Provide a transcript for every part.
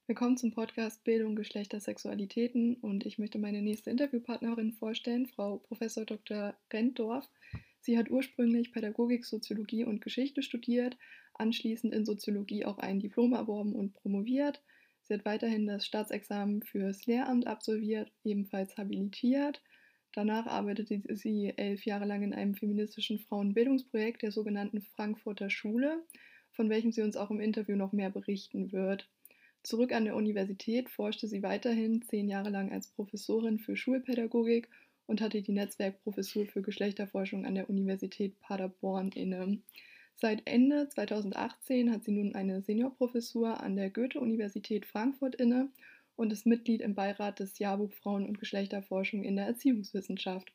Willkommen zum Podcast Bildung, Geschlechter, Sexualitäten und ich möchte meine nächste Interviewpartnerin vorstellen, Frau Professor Dr. Rentorf. Sie hat ursprünglich Pädagogik, Soziologie und Geschichte studiert, anschließend in Soziologie auch ein Diplom erworben und promoviert. Sie hat weiterhin das Staatsexamen fürs Lehramt absolviert, ebenfalls habilitiert. Danach arbeitete sie 11 Jahre lang in einem feministischen Frauenbildungsprojekt der sogenannten Frankfurter Schule, von welchem sie uns auch im Interview noch mehr berichten wird. Zurück an der Universität forschte sie weiterhin 10 Jahre lang als Professorin für Schulpädagogik und hatte die Netzwerkprofessur für Geschlechterforschung an der Universität Paderborn inne. Seit Ende 2018 hat sie nun eine Seniorprofessur an der Goethe-Universität Frankfurt inne und ist Mitglied im Beirat des Jahrbuch Frauen- und Geschlechterforschung in der Erziehungswissenschaft.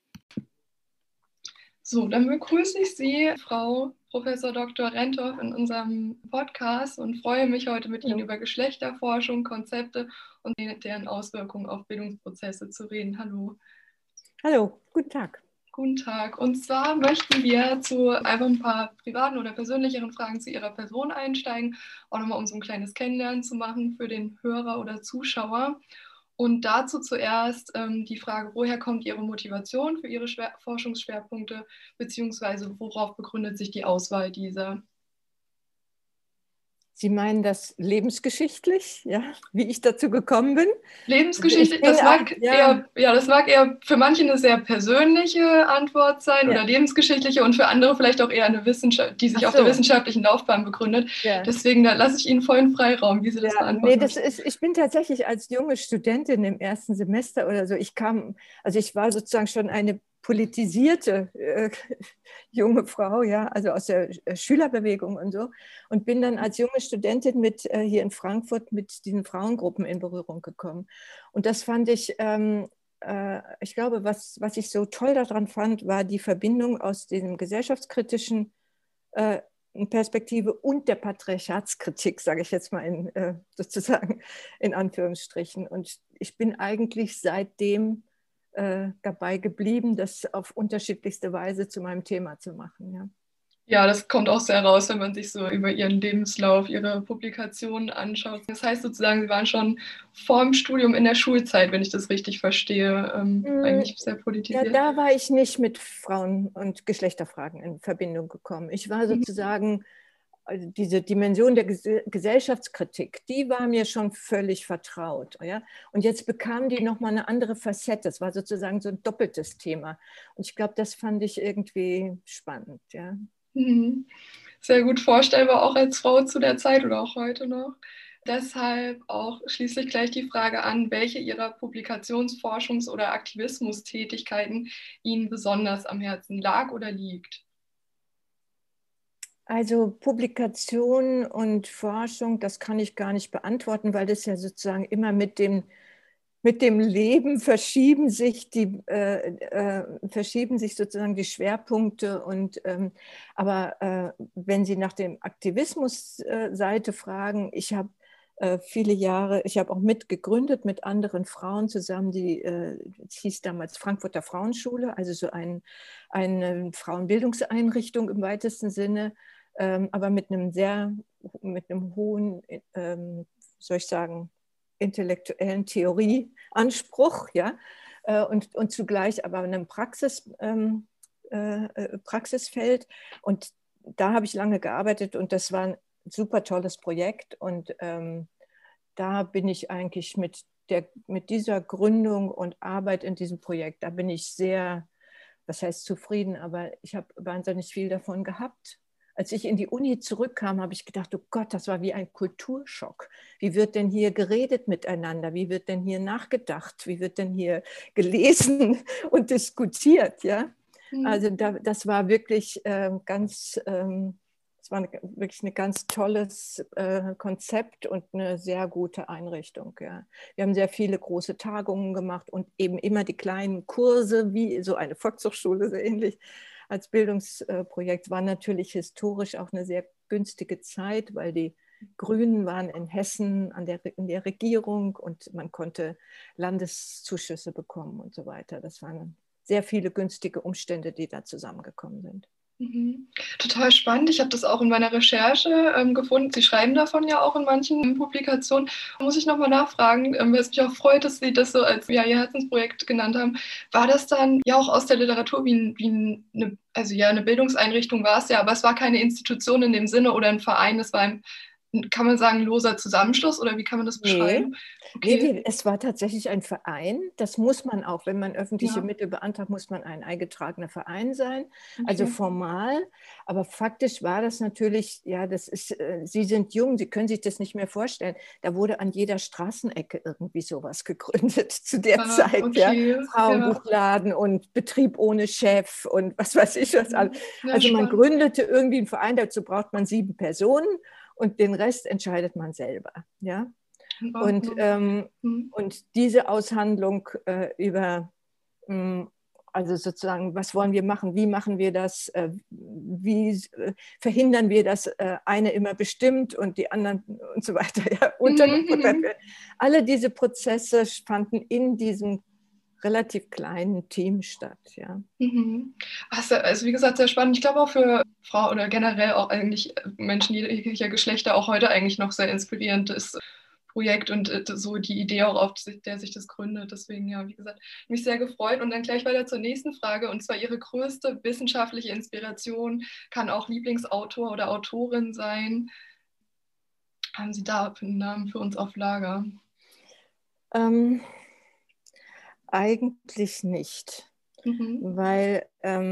So, dann begrüße ich Sie, Frau Professor Dr. Rentorf, in unserem Podcast und freue mich heute mit Ihnen über Geschlechterforschung, Konzepte und deren Auswirkungen auf Bildungsprozesse zu reden. Hallo. Hallo, guten Tag. Guten Tag. Und zwar möchten wir zu einfach ein paar privaten oder persönlicheren Fragen zu Ihrer Person einsteigen, auch nochmal um so ein kleines Kennenlernen zu machen für den Hörer oder Zuschauer. Und dazu zuerst die Frage, woher kommt Ihre Motivation für Ihre Forschungsschwerpunkte, beziehungsweise worauf begründet sich die Auswahl dieser? Sie meinen das lebensgeschichtlich, ja, wie ich dazu gekommen bin? Lebensgeschichtlich, das mag eher für manche eine sehr persönliche Antwort sein oder lebensgeschichtliche und für andere vielleicht auch eher eine Wissenschaft, die sich auf der wissenschaftlichen Laufbahn begründet. Deswegen da lasse ich Ihnen vollen Freiraum, wie Sie das beantworten. Nee, ich bin tatsächlich als junge Studentin im ersten Semester oder so, ich war sozusagen schon eine politisierte junge Frau, ja, also aus der Schülerbewegung und so, und bin dann als junge Studentin hier in Frankfurt mit diesen Frauengruppen in Berührung gekommen. Und das fand ich, ich glaube, was ich so toll daran fand, war die Verbindung aus diesem gesellschaftskritischen Perspektive und der Patriarchatskritik, sage ich jetzt mal sozusagen in Anführungsstrichen. Und ich bin eigentlich seitdem dabei geblieben, das auf unterschiedlichste Weise zu meinem Thema zu machen. Ja. Ja, das kommt auch sehr raus, wenn man sich so über Ihren Lebenslauf, Ihre Publikationen anschaut. Das heißt sozusagen, Sie waren schon vor dem Studium in der Schulzeit, wenn ich das richtig verstehe, eigentlich sehr politisiert. Ja, da war ich nicht mit Frauen- und Geschlechterfragen in Verbindung gekommen. Ich war sozusagen, also diese Dimension der Gesellschaftskritik, die war mir schon völlig vertraut. Ja? Und jetzt bekam die nochmal eine andere Facette. Es war sozusagen so ein doppeltes Thema. Und ich glaube, das fand ich irgendwie spannend. Ja. Sehr gut vorstellbar, auch als Frau zu der Zeit oder auch heute noch. Deshalb auch schließlich gleich die Frage an, welche Ihrer Publikations-, Forschungs- oder Aktivismustätigkeiten Ihnen besonders am Herzen lag oder liegt. Also Publikation und Forschung, das kann ich gar nicht beantworten, weil das ja sozusagen immer mit dem Leben verschieben sich sozusagen die Schwerpunkte. Aber wenn Sie nach dem Aktivismus-Seite fragen, ich habe viele Jahre, ich habe auch mitgegründet mit anderen Frauen zusammen, es hieß damals Frankfurter Frauenschule, also so eine Frauenbildungseinrichtung im weitesten Sinne, aber mit einem hohen, soll ich sagen, intellektuellen Theorieanspruch, ja, und zugleich aber einem Praxisfeld. Und da habe ich lange gearbeitet und das war ein super tolles Projekt. Und da bin ich eigentlich mit dieser Gründung und Arbeit in diesem Projekt, da bin ich sehr, was heißt zufrieden, aber ich habe wahnsinnig viel davon gehabt. Als ich in die Uni zurückkam, habe ich gedacht, oh Gott, das war wie ein Kulturschock. Wie wird denn hier geredet miteinander? Wie wird denn hier nachgedacht? Wie wird denn hier gelesen und diskutiert? Ja? Also das war wirklich wirklich ein ganz tolles Konzept und eine sehr gute Einrichtung. Ja. Wir haben sehr viele große Tagungen gemacht und eben immer die kleinen Kurse, wie so eine Volkshochschule, so ähnlich. Als Bildungsprojekt war natürlich historisch auch eine sehr günstige Zeit, weil die Grünen waren in Hessen in der Regierung und man konnte Landeszuschüsse bekommen und so weiter. Das waren sehr viele günstige Umstände, die da zusammengekommen sind. Mhm. Total spannend. Ich habe das auch in meiner Recherche gefunden. Sie schreiben davon ja auch in manchen Publikationen. Da muss ich nochmal nachfragen, weil es mich auch freut, dass Sie das so als ja, Ihr Herzensprojekt genannt haben. War das dann ja auch aus der Literatur eine, also ja, eine Bildungseinrichtung war es ja, aber es war keine Institution in dem Sinne oder ein Verein, es war ein, kann man sagen, loser Zusammenschluss oder wie kann man das Nee, beschreiben? Okay, nee, es war tatsächlich ein Verein. Das muss man auch, wenn man öffentliche ja, Mittel beantragt, muss man ein eingetragener Verein sein. Also okay. formal, aber faktisch war das natürlich, ja, Sie sind jung, Sie können sich das nicht mehr vorstellen. Da wurde an jeder Straßenecke irgendwie sowas gegründet zu der Ah, Zeit, ja. okay, ja. Frauenbuchladen und Betrieb ohne Chef und was weiß ich was alles. Mhm. Ja, Also man spannend. gründete irgendwie einen Verein, dazu braucht man 7 Personen und den Rest entscheidet man selber. Ja? In Und, Ordnung. ähm, Mhm. und diese Aushandlung über, also sozusagen, was wollen wir machen, wie machen wir das, wie verhindern wir, dass eine immer bestimmt und die anderen und so weiter ja, Mhm, untergebuttert mhm. werden. Alle diese Prozesse fanden in diesem relativ kleinen Team statt. Ja. Mhm. Also wie gesagt, sehr spannend. Ich glaube auch für Frau oder generell auch eigentlich Menschen jeglicher Geschlechter auch heute eigentlich noch sehr inspirierendes Projekt und so die Idee auch, auf der sich das gründet. Deswegen, ja, wie gesagt, mich sehr gefreut. Und dann gleich weiter zur nächsten Frage. Und zwar Ihre größte wissenschaftliche Inspiration kann auch Lieblingsautor oder Autorin sein. Haben Sie da einen Namen für uns auf Lager? Ähm, Eigentlich nicht, Mhm. weil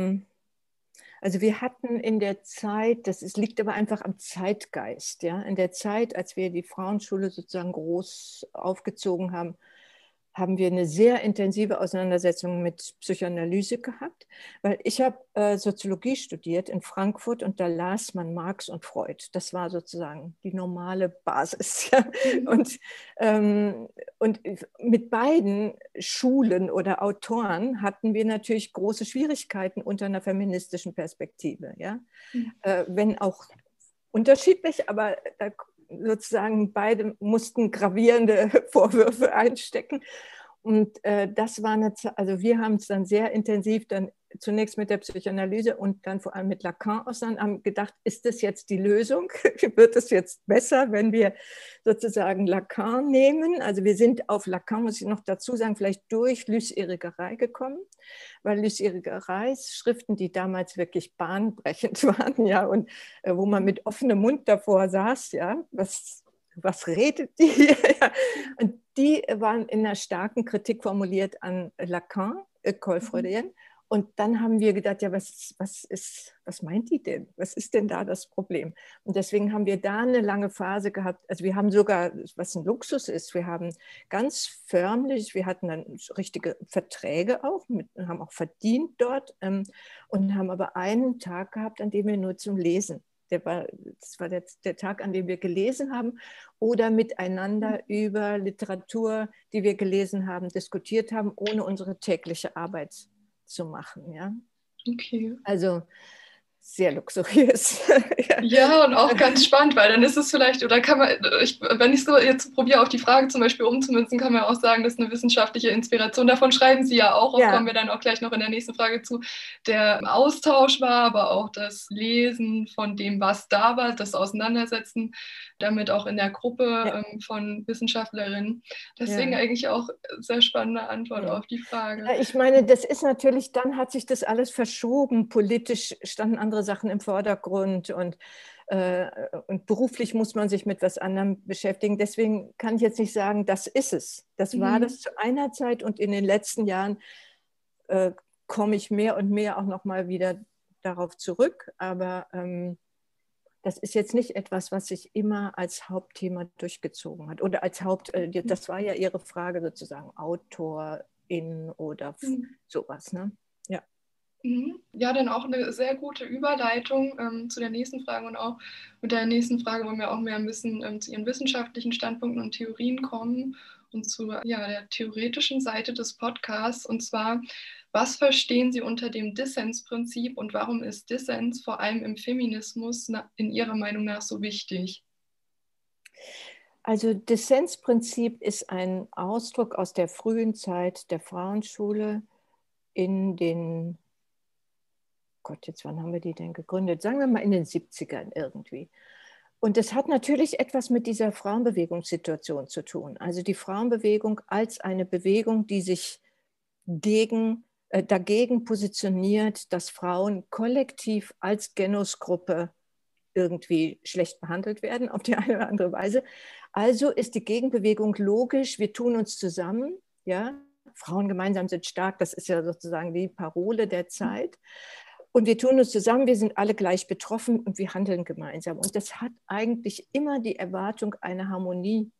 also wir hatten in der Zeit, liegt aber einfach am Zeitgeist, ja, in der Zeit, als wir die Frauenschule sozusagen groß aufgezogen haben, haben wir eine sehr intensive Auseinandersetzung mit Psychoanalyse gehabt, weil ich habe Soziologie studiert in Frankfurt und da las man Marx und Freud. Das war sozusagen die normale Basis. Ja. Mhm. Ähm, und mit beiden Schulen oder Autoren hatten wir natürlich große Schwierigkeiten unter einer feministischen Perspektive. Ja. Mhm. Wenn auch unterschiedlich, aber sozusagen beide mussten gravierende Vorwürfe einstecken. Und das war also wir haben es dann sehr intensiv dann zunächst mit der Psychoanalyse und dann vor allem mit Lacan auseinander haben gedacht, ist das jetzt die Lösung? Wird es jetzt besser, wenn wir sozusagen Lacan nehmen? Also wir sind auf Lacan, muss ich noch dazu sagen, vielleicht durch Luce-Irigaray gekommen, weil Luce-Irigaраys Schriften, die damals wirklich bahnbrechend waren, ja, und wo man mit offenem Mund davor saß, ja, was redet die hier? Und die waren in einer starken Kritik formuliert an Lacan, École Mhm. Freudienne. Und dann haben wir gedacht, ja, was meint die denn? Was ist denn da das Problem? Und deswegen haben wir da eine lange Phase gehabt. Also wir haben sogar, was ein Luxus ist, wir haben ganz förmlich, wir hatten dann richtige Verträge auch, haben auch verdient dort und haben aber einen Tag gehabt, an dem wir nur zum Lesen. Das war der Tag, an dem wir gelesen haben oder miteinander über Literatur, die wir gelesen haben, diskutiert haben, ohne unsere tägliche Arbeit zu machen. Ja? Okay. Also sehr luxuriös. Ja. Ja, und auch ganz spannend, weil dann ist es vielleicht, oder kann man, wenn ich so jetzt probiere, auf die Frage zum Beispiel umzumünzen, kann man auch sagen, das ist eine wissenschaftliche Inspiration. Davon schreiben Sie ja auch, kommen Ja, wir dann auch gleich noch in der nächsten Frage zu, der Austausch war, aber auch das Lesen von dem, was da war, das Auseinandersetzen damit auch in der ja, Gruppe von Wissenschaftlerinnen. Deswegen ja. eigentlich auch sehr spannende Antwort Hm. auf die Frage. Ja, ich meine, das ist natürlich, dann hat sich das alles verschoben. Politisch standen andere Sachen im Vordergrund und beruflich muss man sich mit was anderem beschäftigen. Deswegen kann ich jetzt nicht sagen, das ist es. Das war Mhm. das zu einer Zeit und in den letzten Jahren äh, komme ich mehr und mehr auch nochmal wieder darauf zurück. Aber das ist jetzt nicht etwas, was sich immer als Hauptthema durchgezogen hat. Oder als das war ja Ihre Frage sozusagen, Autorin oder Mhm. sowas. Ne? Ja. Mhm. Ja, dann auch eine sehr gute Überleitung zu der nächsten Frage und auch mit der nächsten Frage wollen wir auch mehr ein bisschen zu Ihren wissenschaftlichen Standpunkten und Theorien kommen und zu ja, der theoretischen Seite des Podcasts. Und zwar, was verstehen Sie unter dem Dissensprinzip und warum ist Dissens vor allem im Feminismus in Ihrer Meinung nach so wichtig? Also Dissensprinzip ist ein Ausdruck aus der frühen Zeit der Frauenschule in den Gott, jetzt wann haben wir die denn gegründet? Sagen wir mal in den 70ern irgendwie. Und das hat natürlich etwas mit dieser Frauenbewegungssituation zu tun. Also die Frauenbewegung als eine Bewegung, die sich dagegen positioniert, dass Frauen kollektiv als Genusgruppe irgendwie schlecht behandelt werden, auf die eine oder andere Weise. Also ist die Gegenbewegung logisch, wir tun uns zusammen, ja, Frauen gemeinsam sind stark, das ist ja sozusagen die Parole der Zeit. Und wir tun uns zusammen, wir sind alle gleich betroffen und wir handeln gemeinsam. Und das hat eigentlich immer die Erwartung einer Harmonie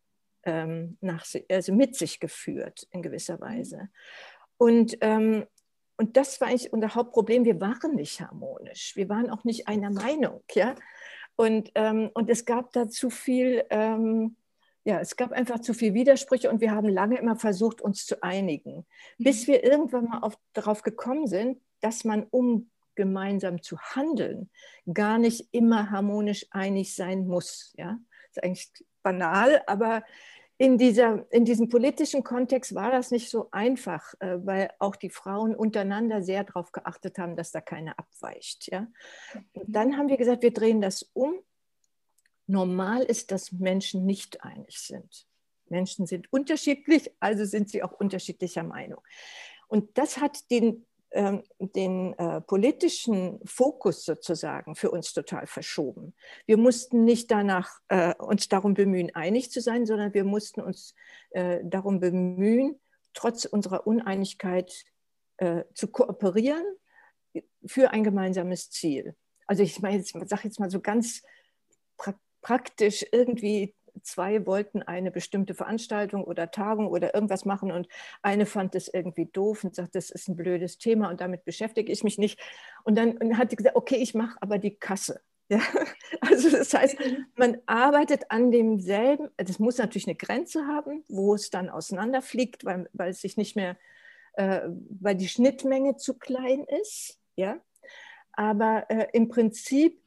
also mit sich geführt, in gewisser Weise. Und das war eigentlich unser Hauptproblem, wir waren nicht harmonisch, wir waren auch nicht einer Meinung. Ja? Und es gab da zu viel, es gab einfach zu viel Widersprüche und wir haben lange immer versucht, uns zu einigen, bis wir irgendwann mal darauf gekommen sind, dass man, um gemeinsam zu handeln, gar nicht immer harmonisch einig sein muss. Ja? Das ist eigentlich banal, aber in diesem politischen Kontext war das nicht so einfach, weil auch die Frauen untereinander sehr darauf geachtet haben, dass da keiner abweicht. Ja? Und dann haben wir gesagt, wir drehen das um. Normal ist, dass Menschen nicht einig sind. Menschen sind unterschiedlich, also sind sie auch unterschiedlicher Meinung. Und das hat den politischen Fokus sozusagen für uns total verschoben. Wir mussten nicht uns darum bemühen, einig zu sein, sondern wir mussten uns darum bemühen, trotz unserer Uneinigkeit zu kooperieren für ein gemeinsames Ziel. Also ich sage jetzt mal so ganz praktisch, irgendwie 2 wollten eine bestimmte Veranstaltung oder Tagung oder irgendwas machen und eine fand das irgendwie doof und sagt, das ist ein blödes Thema und damit beschäftige ich mich nicht. Und dann hat sie gesagt, okay, ich mache aber die Kasse. Ja? Also das heißt, man arbeitet an demselben, das muss natürlich eine Grenze haben, wo es dann auseinanderfliegt, weil es sich nicht mehr, weil die Schnittmenge zu klein ist. Ja? Aber im Prinzip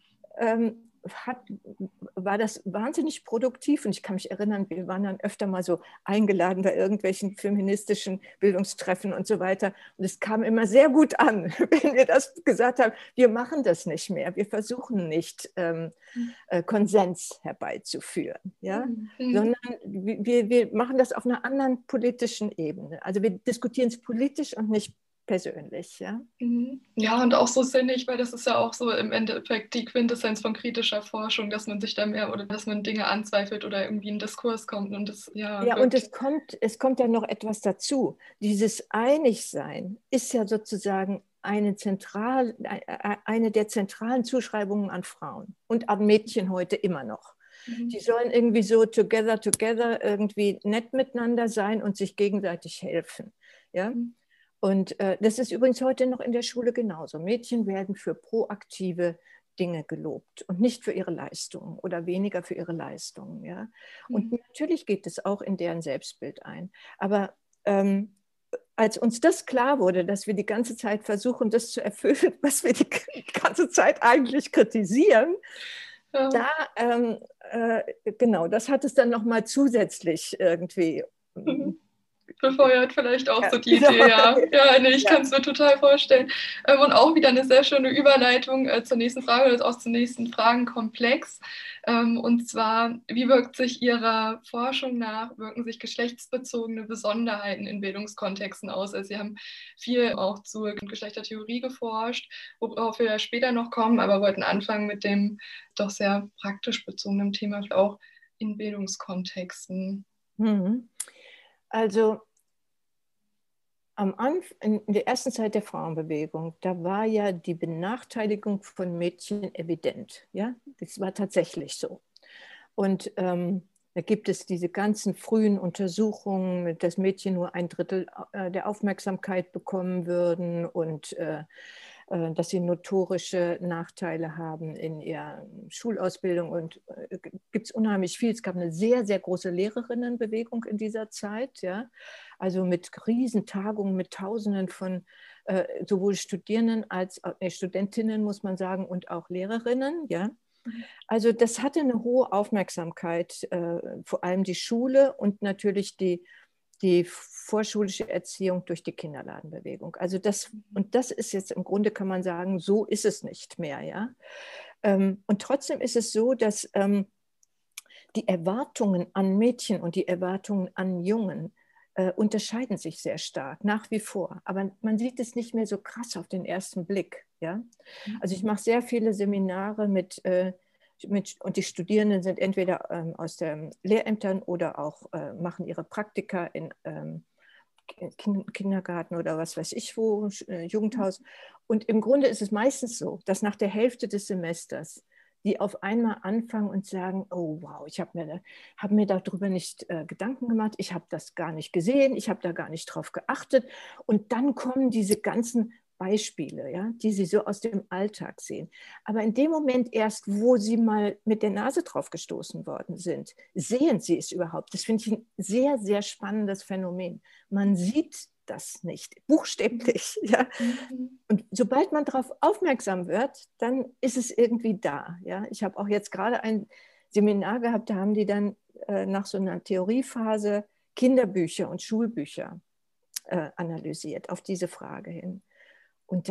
war das wahnsinnig produktiv und ich kann mich erinnern, wir waren dann öfter mal so eingeladen bei irgendwelchen feministischen Bildungstreffen und so weiter und es kam immer sehr gut an, wenn wir das gesagt haben, wir machen das nicht mehr, wir versuchen nicht Konsens herbeizuführen, ja? Sondern wir machen das auf einer anderen politischen Ebene. Also wir diskutieren es politisch und nicht persönlich. Ja? Ja, und auch so sinnig, weil das ist ja auch so im Endeffekt die Quintessenz von kritischer Forschung, dass man sich da mehr oder dass man Dinge anzweifelt oder irgendwie in Diskurs kommt. Und das, ja, und es kommt ja noch etwas dazu. Dieses Einigsein ist ja sozusagen eine der zentralen Zuschreibungen an Frauen und an Mädchen heute immer noch. Die sollen irgendwie so together irgendwie nett miteinander sein und sich gegenseitig helfen. Ja? Und das ist übrigens heute noch in der Schule genauso. Mädchen werden für proaktive Dinge gelobt und nicht für ihre Leistungen oder weniger für ihre Leistungen. Ja? Und natürlich geht es auch in deren Selbstbild ein. Aber als uns das klar wurde, dass wir die ganze Zeit versuchen, das zu erfüllen, was wir die ganze Zeit eigentlich kritisieren, genau, das hat es dann nochmal zusätzlich irgendwie befeuert vielleicht auch so die Idee, ja. Ja, nee, ich kann es mir total vorstellen. Und auch wieder eine sehr schöne Überleitung zur nächsten Frage oder auch zum nächsten Fragenkomplex. Und zwar, wie wirkt sich Ihrer Forschung nach, wirken sich geschlechtsbezogene Besonderheiten in Bildungskontexten aus? Also Sie haben viel auch zur Geschlechtertheorie geforscht, worauf wir später noch kommen, aber wollten anfangen mit dem doch sehr praktisch bezogenen Thema, auch in Bildungskontexten. Also in der ersten Zeit der Frauenbewegung, da war ja die Benachteiligung von Mädchen evident. Ja? Das war tatsächlich so. Und da gibt es diese ganzen frühen Untersuchungen, dass Mädchen nur 1/3 der Aufmerksamkeit bekommen würden und dass sie notorische Nachteile haben in ihrer Schulausbildung. Und gibt es unheimlich viel. Es gab eine sehr, sehr große Lehrerinnenbewegung in dieser Zeit, ja? Also mit Riesentagungen, mit Tausenden von sowohl Studierenden als Studentinnen, muss man sagen, und auch Lehrerinnen, ja. Also das hatte eine hohe Aufmerksamkeit, vor allem die Schule und natürlich die die vorschulische Erziehung durch die Kinderladenbewegung. Also und das ist jetzt im Grunde, kann man sagen, so ist es nicht mehr. Ja? Und trotzdem ist es so, dass die Erwartungen an Mädchen und die Erwartungen an Jungen unterscheiden sich sehr stark, nach wie vor. Aber man sieht es nicht mehr so krass auf den ersten Blick. Ja? Also ich mache sehr viele Seminare und die Studierenden sind entweder aus den Lehrämtern oder auch machen ihre Praktika in Kindergarten oder was weiß ich wo, Jugendhaus. Und im Grunde ist es meistens so, dass nach der Hälfte des Semesters die auf einmal anfangen und sagen, oh wow, ich habe mir darüber nicht Gedanken gemacht, ich habe das gar nicht gesehen, ich habe da gar nicht drauf geachtet. Und dann kommen diese ganzen Beispiele, ja, die sie so aus dem Alltag sehen. Aber in dem Moment erst, wo sie mal mit der Nase drauf gestoßen worden sind, sehen sie es überhaupt. Das finde ich ein sehr, sehr spannendes Phänomen. Man sieht das nicht, buchstäblich. Ja. Und sobald man darauf aufmerksam wird, dann ist es irgendwie da. Ja. Ich habe auch jetzt gerade ein Seminar gehabt, da haben die dann nach so einer Theoriephase Kinderbücher und Schulbücher analysiert, auf diese Frage hin. Und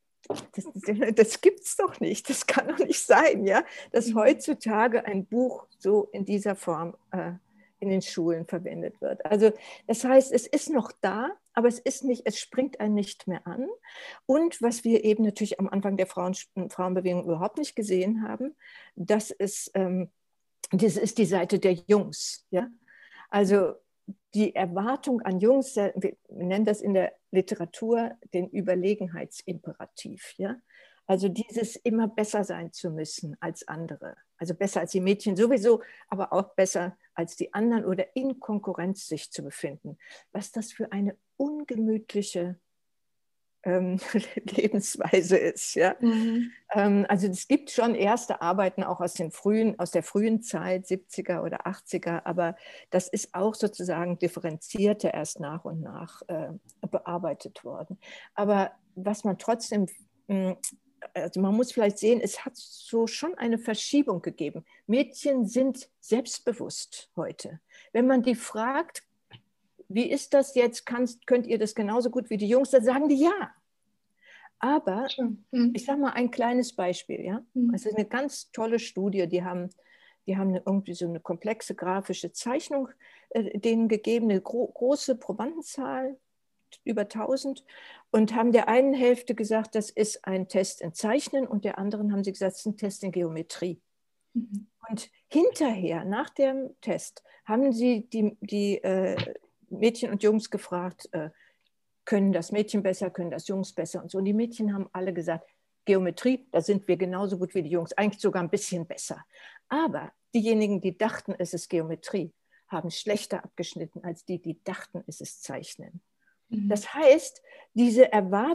das gibt es doch nicht, das kann doch nicht sein, ja, dass heutzutage ein Buch so in dieser Form in den Schulen verwendet wird. Also das heißt, es ist noch da, aber es springt einen nicht mehr an. Und was wir eben natürlich am Anfang der Frauenbewegung überhaupt nicht gesehen haben, das ist die Seite der Jungs. Ja? Also die Erwartung an Jungs, wir nennen das in der Literatur den Überlegenheitsimperativ. Ja? Also dieses immer besser sein zu müssen als andere. Also besser als die Mädchen sowieso, aber auch besser als die anderen oder in Konkurrenz sich zu befinden. Was das für eine ungemütliche Lebensweise ist. Ja? Also es gibt schon erste Arbeiten auch aus der frühen Zeit, 70er oder 80er, aber das ist auch sozusagen differenzierter erst nach und nach bearbeitet worden. Aber was man trotzdem, also man muss vielleicht sehen, es hat so schon eine Verschiebung gegeben. Mädchen sind selbstbewusst heute. Wenn man die fragt, wie ist das jetzt, könnt ihr das genauso gut wie die Jungs, dann sagen die ja. Aber ich sage mal ein kleines Beispiel. Ja? Es ist eine ganz tolle Studie, die haben irgendwie so eine komplexe grafische Zeichnung denen gegeben, eine große Probandenzahl, über 1000, und haben der einen Hälfte gesagt, das ist ein Test in Zeichnen, und der anderen haben sie gesagt, das ist ein Test in Geometrie. Und hinterher, nach dem Test, haben sie die Mädchen und Jungs gefragt, können das Mädchen besser, können das Jungs besser und so. Und die Mädchen haben alle gesagt, Geometrie, da sind wir genauso gut wie die Jungs, eigentlich sogar ein bisschen besser. Aber diejenigen, die dachten, es ist Geometrie, haben schlechter abgeschnitten als die, die dachten, es ist Zeichnen. Das heißt, diese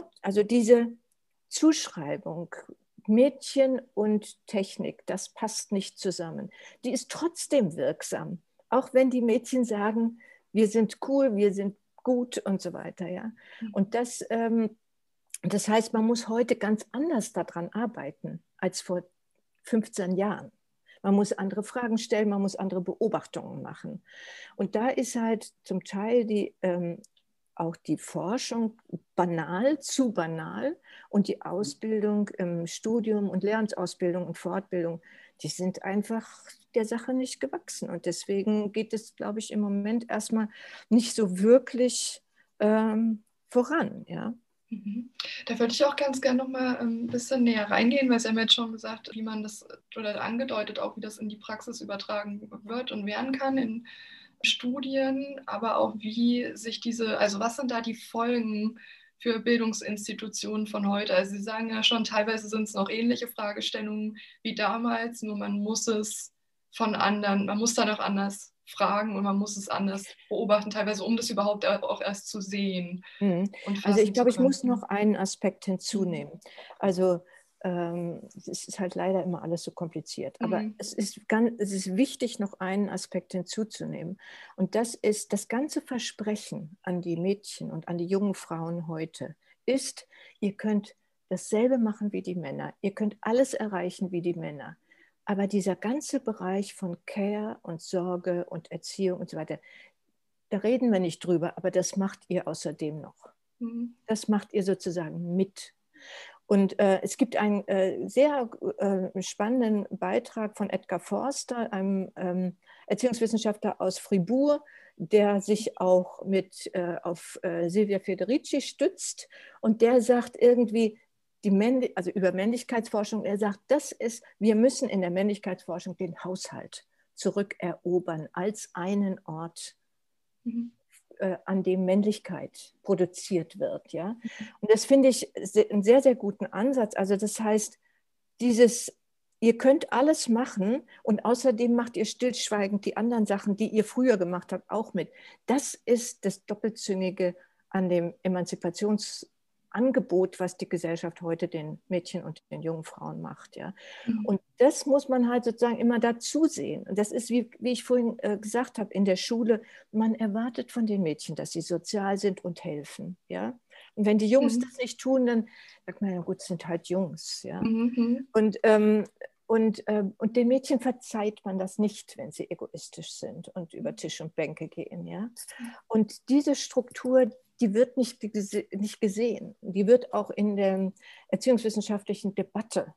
Zuschreibung, Mädchen und Technik, das passt nicht zusammen. Die ist trotzdem wirksam, auch wenn die Mädchen sagen, wir sind cool, wir sind gut und so weiter. Ja? Und das heißt, man muss heute ganz anders daran arbeiten als vor 15 Jahren. Man muss andere Fragen stellen, man muss andere Beobachtungen machen. Und da ist halt zum Teil auch die Forschung zu banal, und die Ausbildung im Studium und Lehramtsausbildung und Fortbildung, die sind einfach der Sache nicht gewachsen. Und deswegen geht es, glaube ich, im Moment erstmal nicht so wirklich voran. Ja. Da würde ich auch ganz gerne noch mal ein bisschen näher reingehen, weil Sie haben jetzt schon gesagt, wie man das, oder angedeutet auch, wie das in die Praxis übertragen wird und werden kann in Studien, aber auch wie sich also was sind da die Folgen für Bildungsinstitutionen von heute? Also Sie sagen ja schon, teilweise sind es noch ähnliche Fragestellungen wie damals, nur man muss es man muss danach anders fragen und man muss es anders beobachten, teilweise, um das überhaupt auch erst zu sehen. Also ich glaube, ich muss noch einen Aspekt hinzunehmen. Also es ist halt leider immer alles so kompliziert. Aber es ist wichtig, noch einen Aspekt hinzuzunehmen. Und das ist, das ganze Versprechen an die Mädchen und an die jungen Frauen heute ist, ihr könnt dasselbe machen wie die Männer. Ihr könnt alles erreichen wie die Männer. Aber dieser ganze Bereich von Care und Sorge und Erziehung und so weiter, da reden wir nicht drüber, aber das macht ihr außerdem noch. Das macht ihr sozusagen mit. Und es gibt einen sehr spannenden Beitrag von Edgar Forster, einem Erziehungswissenschaftler aus Fribourg, der sich auch auf Silvia Federici stützt. Und der sagt irgendwie, also über Männlichkeitsforschung, er sagt, wir müssen in der Männlichkeitsforschung den Haushalt zurückerobern als einen Ort, an dem Männlichkeit produziert wird. Ja? Und das finde ich einen sehr, sehr guten Ansatz. Also das heißt, ihr könnt alles machen und außerdem macht ihr stillschweigend die anderen Sachen, die ihr früher gemacht habt, auch mit. Das ist das Doppelzüngige an dem Emanzipationsangebot, was die Gesellschaft heute den Mädchen und den jungen Frauen macht. Ja? Und das muss man halt sozusagen immer dazu sehen. Und das ist, wie ich vorhin gesagt habe, in der Schule, man erwartet von den Mädchen, dass sie sozial sind und helfen. Ja? Und wenn die Jungs das nicht tun, dann sagt man, ja gut, es sind halt Jungs. Ja? Und den Mädchen verzeiht man das nicht, wenn sie egoistisch sind und über Tisch und Bänke gehen. Ja? Und diese Struktur, die wird nicht gesehen. Die wird auch in der erziehungswissenschaftlichen Debatte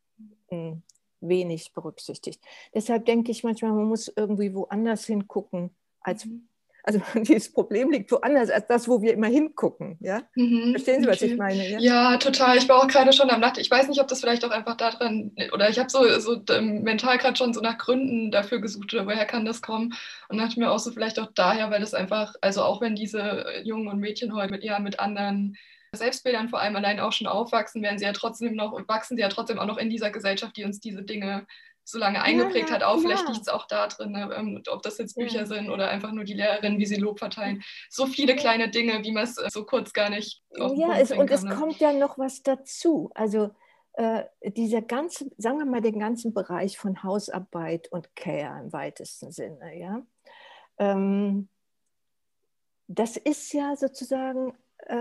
wenig berücksichtigt. Deshalb denke ich manchmal, man muss irgendwie woanders hingucken, also dieses Problem liegt woanders als das, wo wir immer hingucken. Ja? Verstehen Sie, was ich meine? Ja? Ja, total. Ich war auch gerade schon am Nacht. Ich weiß nicht, ob das vielleicht auch einfach daran, oder ich habe so mental gerade schon so nach Gründen dafür gesucht, oder woher kann das kommen? Und dachte mir auch so vielleicht auch daher, weil das einfach, also auch wenn diese Jungen und Mädchen heute mit anderen Selbstbildern vor allem allein auch schon aufwachsen, wachsen sie ja trotzdem auch noch in dieser Gesellschaft, die uns diese Dinge so lange eingeprägt hat. Auch vielleicht liegt es auch da drin, ne? Ob das jetzt Bücher sind oder einfach nur die Lehrerinnen, wie sie Lob verteilen. So viele kleine Dinge, wie man es so kurz gar nicht auf den Punkt bringen kann. Es kommt ja noch was dazu. Also dieser ganze, sagen wir mal, den ganzen Bereich von Hausarbeit und Care im weitesten Sinne. Ja? Das ist ja sozusagen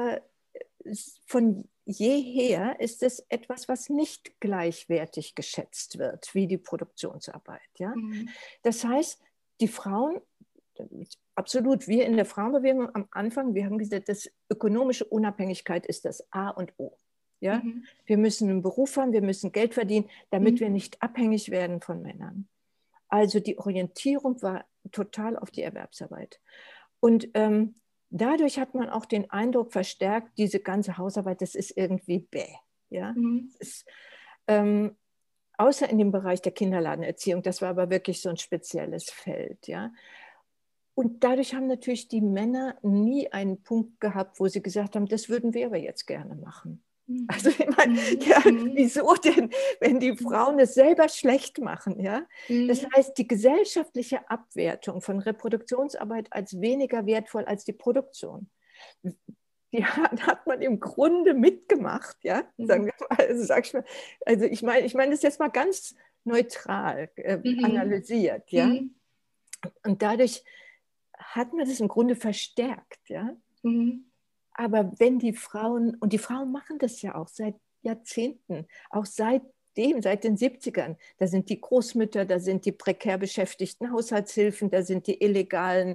von jeher ist es etwas, was nicht gleichwertig geschätzt wird, wie die Produktionsarbeit. Ja? Das heißt, die Frauen, absolut, wir in der Frauenbewegung am Anfang, wir haben gesagt, dass ökonomische Unabhängigkeit ist das A und O. Ja? Wir müssen einen Beruf haben, wir müssen Geld verdienen, damit wir nicht abhängig werden von Männern. Also die Orientierung war total auf die Erwerbsarbeit. Und dadurch hat man auch den Eindruck verstärkt, diese ganze Hausarbeit, das ist irgendwie bäh. Ja? Ist, außer in dem Bereich der Kinderladenerziehung, das war aber wirklich so ein spezielles Feld. Ja? Und dadurch haben natürlich die Männer nie einen Punkt gehabt, wo sie gesagt haben, das würden wir aber jetzt gerne machen. Also ich meine, wieso denn, wenn die Frauen es selber schlecht machen? Ja? Das heißt, die gesellschaftliche Abwertung von Reproduktionsarbeit als weniger wertvoll als die Produktion, die hat man im Grunde mitgemacht. Ja? Sagen wir mal, also ich meine das jetzt mal ganz neutral analysiert. Ja? Und dadurch hat man das im Grunde verstärkt. Ja? Aber wenn die Frauen, und die Frauen machen das ja auch seit Jahrzehnten, auch seit den 70ern, da sind die Großmütter, da sind die prekär beschäftigten Haushaltshilfen, da sind die illegalen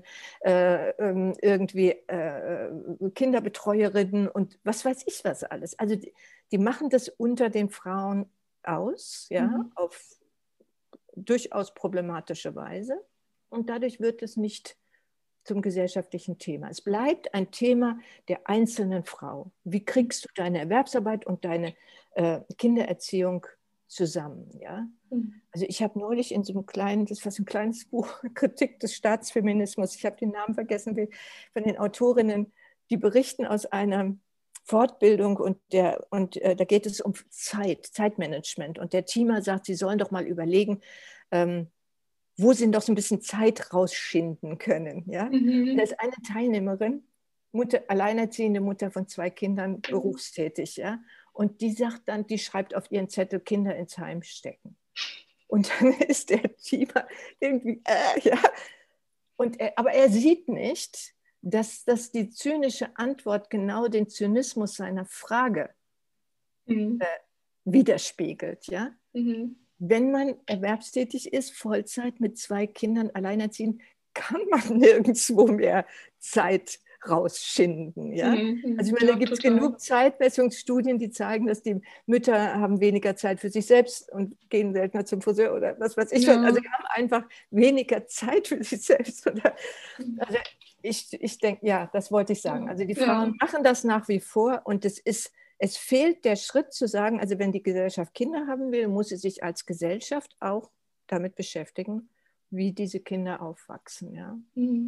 Kinderbetreuerinnen und was weiß ich was alles. Also die machen das unter den Frauen aus, ja, auf durchaus problematische Weise. Und dadurch wird es nicht zum gesellschaftlichen Thema. Es bleibt ein Thema der einzelnen Frau. Wie kriegst du deine Erwerbsarbeit und deine Kindererziehung zusammen? Ja? Also ich habe neulich in so einem kleinen, das war so ein kleines Buch, Kritik des Staatsfeminismus, ich habe den Namen vergessen, von den Autorinnen, die berichten aus einer Fortbildung und da geht es um Zeitmanagement. Und der Teamer sagt, sie sollen doch mal überlegen, wo sie noch so ein bisschen Zeit rausschinden können. Ja? Da ist eine Teilnehmerin, alleinerziehende Mutter von 2 Kindern, berufstätig. Ja? Und die sagt dann, die schreibt auf ihren Zettel, Kinder ins Heim stecken. Und dann ist der Teamer irgendwie, ja. Aber er sieht nicht, dass das die zynische Antwort genau den Zynismus seiner Frage widerspiegelt. Ja? Wenn man erwerbstätig ist, Vollzeit mit 2 Kindern alleinerziehend, kann man nirgendwo mehr Zeit rausschinden. Ja? Also ich meine, da gibt es genug Zeitmessungsstudien, die zeigen, dass die Mütter haben weniger Zeit für sich selbst und gehen seltener zum Friseur oder was weiß ich. Ja. Also die haben einfach weniger Zeit für sich selbst. Also ich denke, ja, das wollte ich sagen. Also die Frauen machen das nach wie vor und es fehlt der Schritt zu sagen, also wenn die Gesellschaft Kinder haben will, muss sie sich als Gesellschaft auch damit beschäftigen, wie diese Kinder aufwachsen. Ja.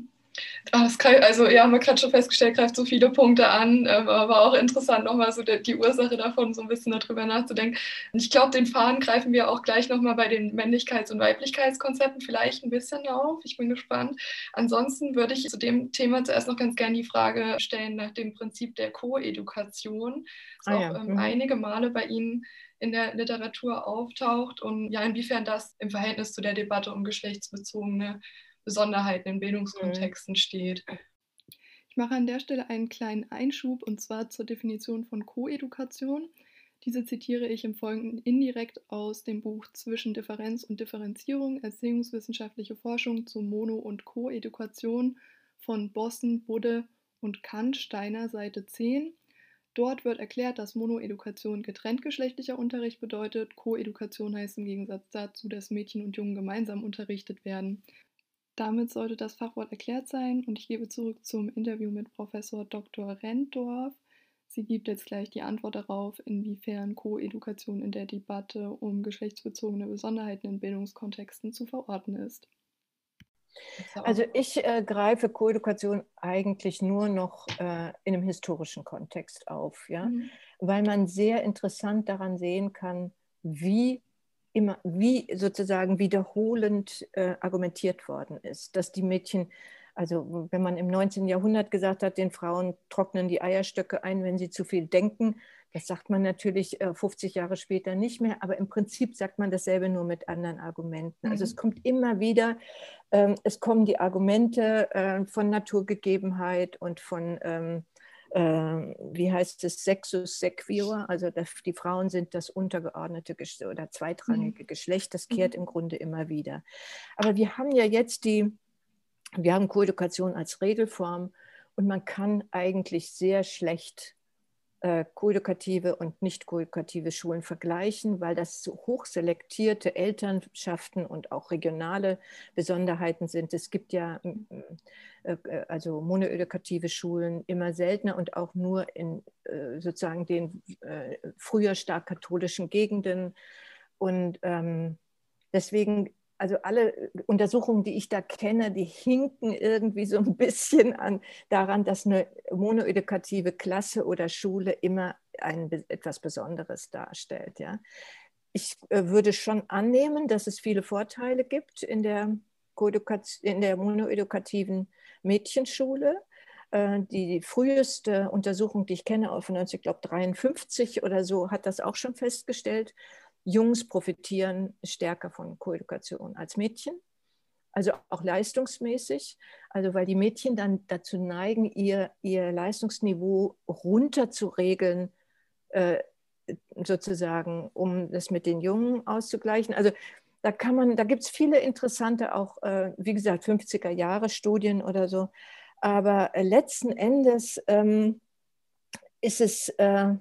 Also ja, haben wir gerade schon festgestellt, greift so viele Punkte an, aber auch interessant, nochmal so die Ursache davon so ein bisschen darüber nachzudenken. Und ich glaube, den Faden greifen wir auch gleich nochmal bei den Männlichkeits- und Weiblichkeitskonzepten vielleicht ein bisschen auf. Ich bin gespannt. Ansonsten würde ich zu dem Thema zuerst noch ganz gerne die Frage stellen nach dem Prinzip der Koedukation, das auch einige Male bei Ihnen in der Literatur auftaucht und ja, inwiefern das im Verhältnis zu der Debatte um geschlechtsbezogene Besonderheiten in Bildungskontexten steht. Ich mache an der Stelle einen kleinen Einschub und zwar zur Definition von Koedukation. Diese zitiere ich im Folgenden indirekt aus dem Buch Zwischen Differenz und Differenzierung, Erziehungswissenschaftliche Forschung zu Mono- und Koedukation von Bossen, Budde und Kant-Steiner, Seite 10. Dort wird erklärt, dass Monoedukation getrenntgeschlechtlicher Unterricht bedeutet. Koedukation heißt im Gegensatz dazu, dass Mädchen und Jungen gemeinsam unterrichtet werden. Damit sollte das Fachwort erklärt sein und ich gebe zurück zum Interview mit Professor Dr. Renddorf. Sie gibt jetzt gleich die Antwort darauf, inwiefern Koedukation in der Debatte um geschlechtsbezogene Besonderheiten in Bildungskontexten zu verorten ist. Also ich greife Koedukation eigentlich nur noch in einem historischen Kontext auf, ja? Weil man sehr interessant daran sehen kann, wie sozusagen wiederholend argumentiert worden ist, dass die Mädchen, also wenn man im 19. Jahrhundert gesagt hat, den Frauen trocknen die Eierstöcke ein, wenn sie zu viel denken, das sagt man natürlich 50 Jahre später nicht mehr, aber im Prinzip sagt man dasselbe nur mit anderen Argumenten. Also es kommt immer wieder, es kommen die Argumente von Naturgegebenheit und von wie heißt es, Sexus sequior, also die Frauen sind das untergeordnete oder zweitrangige Geschlecht, das kehrt im Grunde immer wieder. Aber wir haben ja jetzt wir haben Koedukation als Regelform und man kann eigentlich sehr schlecht koedukative und nicht koedukative Schulen vergleichen, weil das so hochselektierte Elternschaften und auch regionale Besonderheiten sind. Es gibt ja also monoedukative Schulen immer seltener und auch nur in sozusagen den früher stark katholischen Gegenden. Und deswegen, also alle Untersuchungen, die ich da kenne, die hinken irgendwie so ein bisschen daran, dass eine monoedukative Klasse oder Schule immer etwas Besonderes darstellt. Ja. Ich würde schon annehmen, dass es viele Vorteile gibt in der monoedukativen Mädchenschule. Die früheste Untersuchung, die ich kenne, von 1953 oder so, hat das auch schon festgestellt. Jungs profitieren stärker von Koedukation als Mädchen, also auch leistungsmäßig, also weil die Mädchen dann dazu neigen, ihr Leistungsniveau runter zu regeln, sozusagen, um das mit den Jungen auszugleichen. Also da gibt es viele interessante, auch wie gesagt, 50er Jahre Studien oder so, aber letzten Endes ist es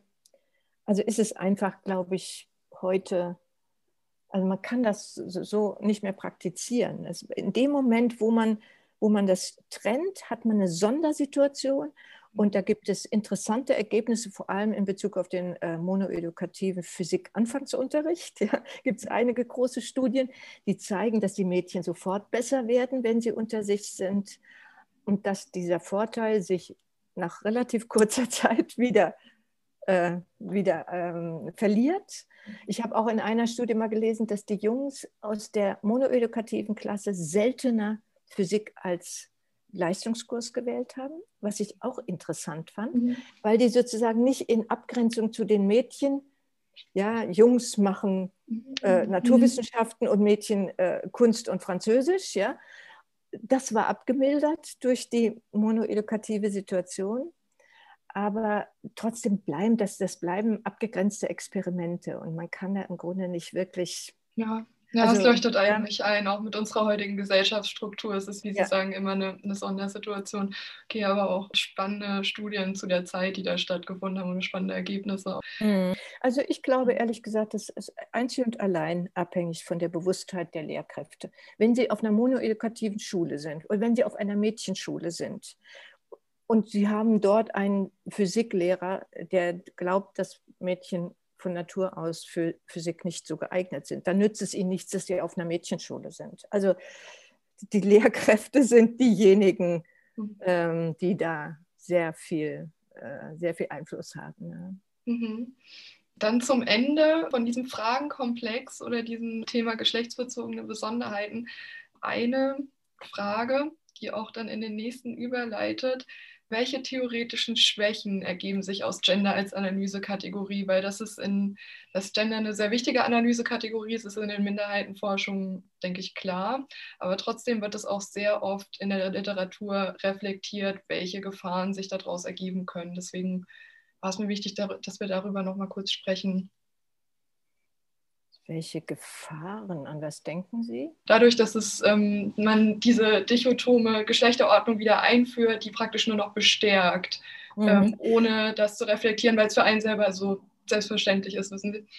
einfach, glaube ich, heute, also man kann das so nicht mehr praktizieren. In dem Moment, wo man das trennt, hat man eine Sondersituation und da gibt es interessante Ergebnisse, vor allem in Bezug auf den monoedukativen Physik-Anfangsunterricht. Ja, gibt es einige große Studien, die zeigen, dass die Mädchen sofort besser werden, wenn sie unter sich sind und dass dieser Vorteil sich nach relativ kurzer Zeit wieder verliert. Ich habe auch in einer Studie mal gelesen, dass die Jungs aus der monoedukativen Klasse seltener Physik als Leistungskurs gewählt haben, was ich auch interessant fand, weil die sozusagen nicht in Abgrenzung zu den Mädchen, ja, Jungs machen Naturwissenschaften und Mädchen Kunst und Französisch, ja, das war abgemildert durch die monoedukative Situation. Aber trotzdem bleiben abgegrenzte Experimente und man kann da im Grunde nicht wirklich Ja, das Also, leuchtet ja, eigentlich ein, auch mit unserer heutigen Gesellschaftsstruktur. Es ist, wie Sie ja. sagen, immer eine Sondersituation. Okay, aber auch spannende Studien zu der Zeit, die da stattgefunden haben und spannende Ergebnisse. Also ich glaube ehrlich gesagt, das ist einzig und allein abhängig von der Bewusstheit der Lehrkräfte. Wenn Sie auf einer monoedukativen Schule sind oder wenn Sie auf einer Mädchenschule sind und Sie haben dort einen Physiklehrer, der glaubt, dass Mädchen von Natur aus für Physik nicht so geeignet sind, dann nützt es ihnen nichts, dass sie auf einer Mädchenschule sind. Also die Lehrkräfte sind diejenigen, die da sehr viel Einfluss haben. Ja. Mhm. Dann zum Ende von diesem Fragenkomplex oder diesem Thema geschlechtsbezogene Besonderheiten eine Frage, die auch dann in den nächsten überleitet. Welche theoretischen Schwächen ergeben sich aus Gender als Analysekategorie? Weil das Gender eine sehr wichtige Analysekategorie ist, ist in den Minderheitenforschungen, denke ich, klar. Aber trotzdem wird es auch sehr oft in der Literatur reflektiert, welche Gefahren sich daraus ergeben können. Deswegen war es mir wichtig, dass wir darüber noch mal kurz sprechen. Welche Gefahren, an was denken Sie? Dadurch, dass man diese dichotome Geschlechterordnung wieder einführt, die praktisch nur noch bestärkt, ohne das zu reflektieren, weil es für einen selber so selbstverständlich ist, wissen Sie.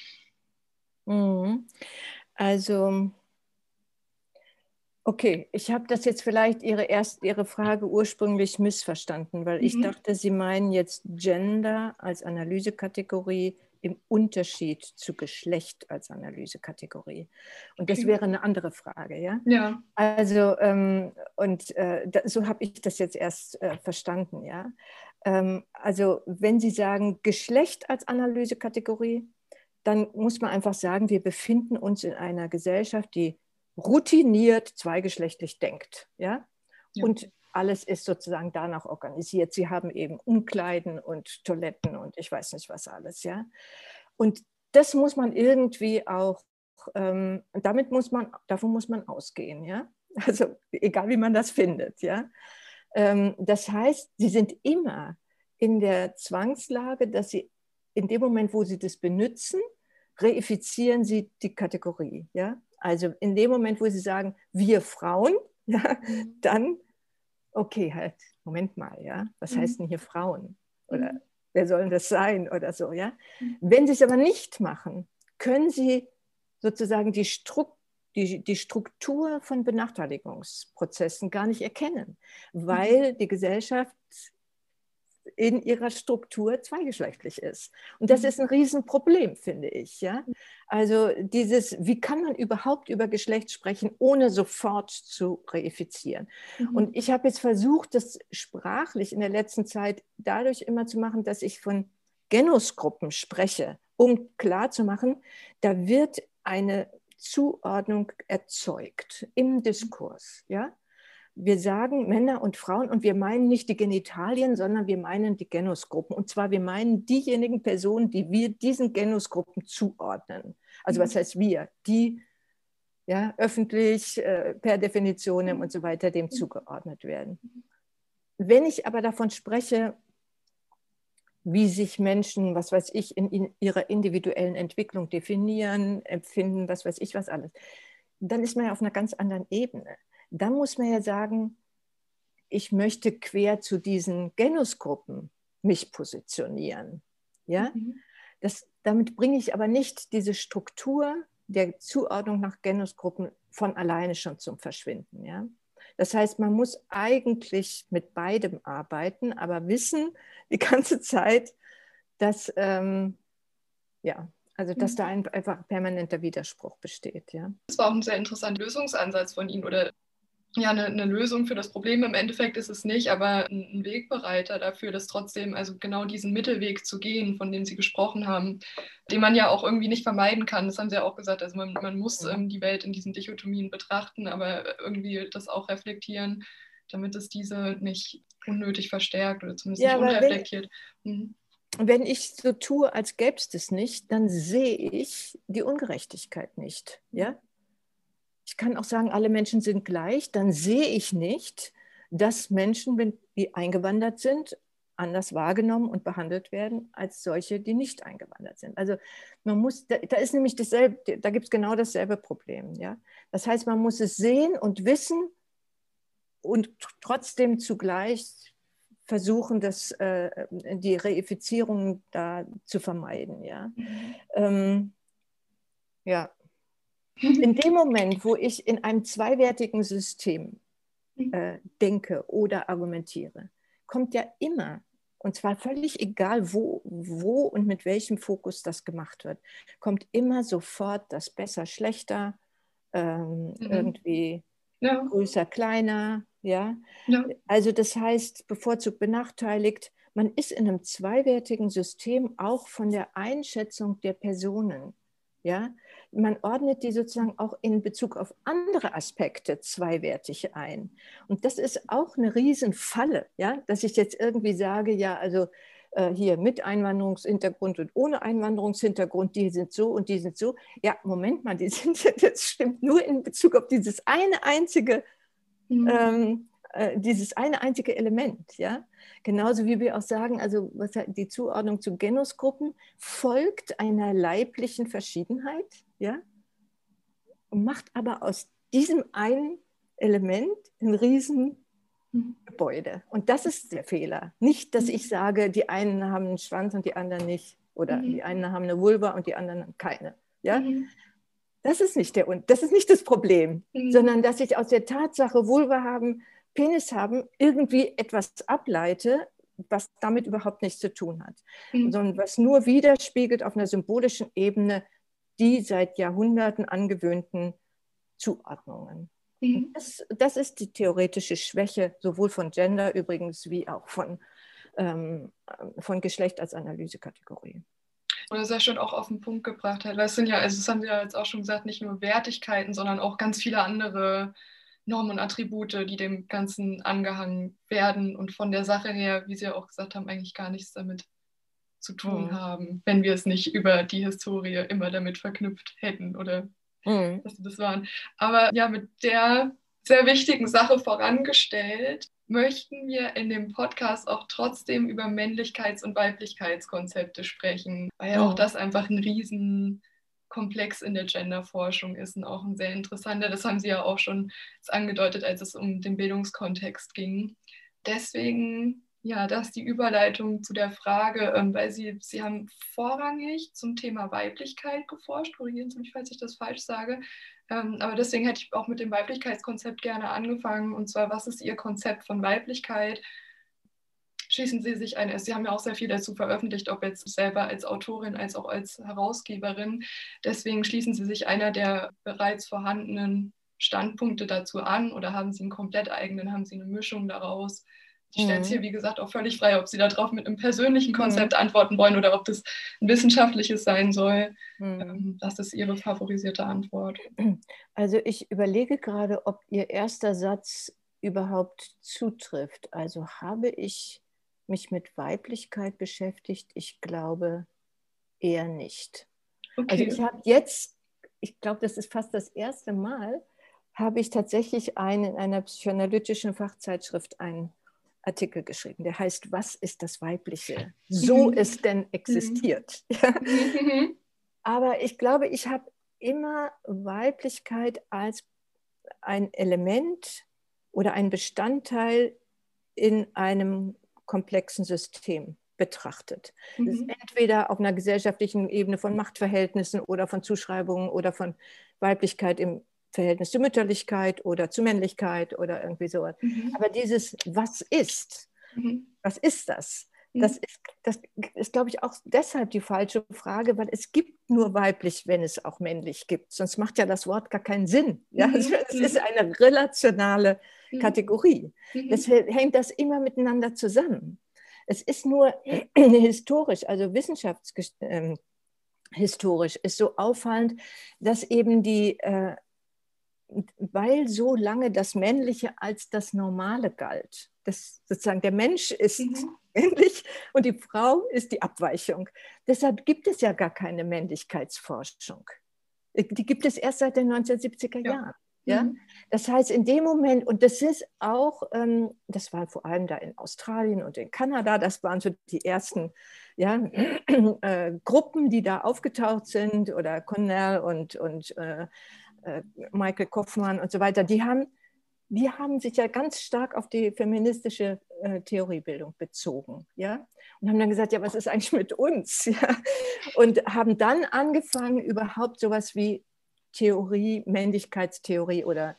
Also, okay, ich habe das jetzt vielleicht Ihre Frage ursprünglich missverstanden, weil ich dachte, Sie meinen jetzt Gender als Analysekategorie im Unterschied zu Geschlecht als Analysekategorie. Und das wäre eine andere Frage, ja? Ja. Also, so habe ich das jetzt erst verstanden, ja? Also, wenn Sie sagen Geschlecht als Analysekategorie, dann muss man einfach sagen, wir befinden uns in einer Gesellschaft, die routiniert zweigeschlechtlich denkt, ja? Und alles ist sozusagen danach organisiert. Sie haben eben Umkleiden und Toiletten und ich weiß nicht was alles, ja. Und das muss man irgendwie auch, davon muss man ausgehen, ja. Also egal wie man das findet, ja. Das heißt, sie sind immer in der Zwangslage, dass sie in dem Moment, wo sie das benutzen, reifizieren sie die Kategorie, ja. Also in dem Moment, wo sie sagen, wir Frauen, ja, dann okay, halt, Moment mal, ja, was heißt denn hier Frauen? Oder wer soll das sein oder so, ja? Wenn sie es aber nicht machen, können sie sozusagen die Struktur von Benachteiligungsprozessen gar nicht erkennen, weil die Gesellschaft in ihrer Struktur zweigeschlechtlich ist. Und das ist ein Riesenproblem, finde ich. Ja? Also wie kann man überhaupt über Geschlecht sprechen, ohne sofort zu reifizieren? Und ich habe jetzt versucht, das sprachlich in der letzten Zeit dadurch immer zu machen, dass ich von Genusgruppen spreche, um klarzumachen, da wird eine Zuordnung erzeugt im Diskurs. Ja? Wir sagen Männer und Frauen und wir meinen nicht die Genitalien, sondern wir meinen die Genusgruppen. Und zwar wir meinen diejenigen Personen, die wir diesen Genusgruppen zuordnen. Also was heißt wir? Die ja, öffentlich, per Definition und so weiter dem zugeordnet werden. Wenn ich aber davon spreche, wie sich Menschen, was weiß ich, in ihrer individuellen Entwicklung definieren, empfinden, was weiß ich, was alles, dann ist man ja auf einer ganz anderen Ebene. Da muss man ja sagen, ich möchte quer zu diesen Genusgruppen mich positionieren. Ja? Damit bringe ich aber nicht diese Struktur der Zuordnung nach Genusgruppen von alleine schon zum Verschwinden. Ja? Das heißt, man muss eigentlich mit beidem arbeiten, aber wissen die ganze Zeit, dass, dass da einfach permanenter Widerspruch besteht. Ja? Das war auch ein sehr interessanter Lösungsansatz von Ihnen oder ja, eine Lösung für das Problem. Im Endeffekt ist es nicht, aber ein Wegbereiter dafür, dass trotzdem, also genau diesen Mittelweg zu gehen, von dem Sie gesprochen haben, den man ja auch irgendwie nicht vermeiden kann. Das haben Sie ja auch gesagt. Also man muss die Welt in diesen Dichotomien betrachten, aber irgendwie das auch reflektieren, damit es diese nicht unnötig verstärkt oder zumindest nicht unreflektiert. Wenn ich so tue, als gäbe es das nicht, dann sehe ich die Ungerechtigkeit nicht. Ja? Ich kann auch sagen, alle Menschen sind gleich, dann sehe ich nicht, dass Menschen, die eingewandert sind, anders wahrgenommen und behandelt werden als solche, die nicht eingewandert sind. Also man muss, da ist nämlich dasselbe, da gibt es genau dasselbe Problem. Ja? Das heißt, man muss es sehen und wissen und trotzdem zugleich versuchen, die Reifizierung da zu vermeiden. Ja? Ja. In dem Moment, wo ich in einem zweiwertigen System denke oder argumentiere, kommt ja immer, und zwar völlig egal, wo und mit welchem Fokus das gemacht wird, kommt immer sofort das besser, schlechter, irgendwie größer, kleiner. Ja? Also das heißt, bevorzugt benachteiligt, man ist in einem zweiwertigen System auch von der Einschätzung der Personen. Ja? Man ordnet die sozusagen auch in Bezug auf andere Aspekte zweiwertig ein. Und das ist auch eine Riesenfalle, ja? Dass ich jetzt irgendwie sage, ja, also hier mit Einwanderungshintergrund und ohne Einwanderungshintergrund, die sind so und die sind so. Ja, Moment mal, das stimmt nur in Bezug auf dieses eine einzige Element. Ja? Genauso wie wir auch sagen, also die Zuordnung zu Genusgruppen folgt einer leiblichen Verschiedenheit, ja? Und macht aber aus diesem einen Element ein Riesengebäude. Und das ist der Fehler. Nicht, dass ich sage, die einen haben einen Schwanz und die anderen nicht. Oder die einen haben eine Vulva und die anderen keine. Ja? Das ist nicht das Problem, sondern dass ich aus der Tatsache, Vulva haben, Penis haben, irgendwie etwas ableite, was damit überhaupt nichts zu tun hat, sondern was nur widerspiegelt auf einer symbolischen Ebene die seit Jahrhunderten angewöhnten Zuordnungen. Das ist die theoretische Schwäche, sowohl von Gender übrigens, wie auch von Geschlecht als Analysekategorie. Oder sehr schön auch auf den Punkt gebracht hat. Weil es sind ja, also das haben Sie ja jetzt auch schon gesagt, nicht nur Wertigkeiten, sondern auch ganz viele andere Normen und Attribute, die dem Ganzen angehangen werden und von der Sache her, wie Sie ja auch gesagt haben, eigentlich gar nichts damit zu tun haben, wenn wir es nicht über die Historie immer damit verknüpft hätten oder dass sie das waren. Aber ja, mit der sehr wichtigen Sache vorangestellt, möchten wir in dem Podcast auch trotzdem über Männlichkeits- und Weiblichkeitskonzepte sprechen, weil ja auch das einfach ein Riesenkomplex in der Genderforschung ist und auch ein sehr interessanter. Das haben Sie ja auch schon angedeutet, als es um den Bildungskontext ging. Deswegen, ja, das ist die Überleitung zu der Frage, weil Sie haben vorrangig zum Thema Weiblichkeit geforscht. Korrigieren Sie mich, falls ich das falsch sage. Aber deswegen hätte ich auch mit dem Weiblichkeitskonzept gerne angefangen. Und zwar, was ist Ihr Konzept von Weiblichkeit? Schließen Sie sich ein, Sie haben ja auch sehr viel dazu veröffentlicht, ob jetzt selber als Autorin, als auch als Herausgeberin. Deswegen schließen Sie sich einer der bereits vorhandenen Standpunkte dazu an oder haben Sie einen komplett eigenen, haben Sie eine Mischung daraus? Ich stelle es hier, wie gesagt, auch völlig frei, ob Sie darauf mit einem persönlichen Konzept antworten wollen oder ob das ein wissenschaftliches sein soll. Das ist Ihre favorisierte Antwort. Also ich überlege gerade, ob Ihr erster Satz überhaupt zutrifft. Also habe ich mich mit Weiblichkeit beschäftigt? Ich glaube eher nicht. Okay. Also ich habe jetzt, ich glaube, das ist fast das erste Mal, habe ich tatsächlich in einer psychoanalytischen Fachzeitschrift einen Artikel geschrieben, der heißt, was ist das Weibliche? So es denn existiert. Aber ich glaube, ich habe immer Weiblichkeit als ein Element oder ein Bestandteil in einem komplexen System betrachtet. Das ist entweder auf einer gesellschaftlichen Ebene von Machtverhältnissen oder von Zuschreibungen oder von Weiblichkeit im Verhältnis zur Mütterlichkeit oder zur Männlichkeit oder irgendwie sowas. Aber dieses was ist das? Das ist, glaube ich, auch deshalb die falsche Frage, weil es gibt nur weiblich, wenn es auch männlich gibt. Sonst macht ja das Wort gar keinen Sinn. Ja? Es ist eine relationale Kategorie. Deshalb hängt das immer miteinander zusammen. Es ist nur historisch, also wissenschaftshistorisch, ist so auffallend, dass eben weil so lange das Männliche als das Normale galt. Das sozusagen der Mensch ist männlich und die Frau ist die Abweichung. Deshalb gibt es ja gar keine Männlichkeitsforschung. Die gibt es erst seit den 1970er Jahren. Ja? Mhm. Das heißt, in dem Moment, und das ist auch, das war vor allem da in Australien und in Kanada, das waren so die ersten, ja, Gruppen, die da aufgetaucht sind, oder Cornell und Michael Kaufmann und so weiter, die haben sich ja ganz stark auf die feministische Theoriebildung bezogen, ja, und haben dann gesagt, ja, was ist eigentlich mit uns, ja, und haben dann angefangen, überhaupt sowas wie Theorie, Männlichkeitstheorie oder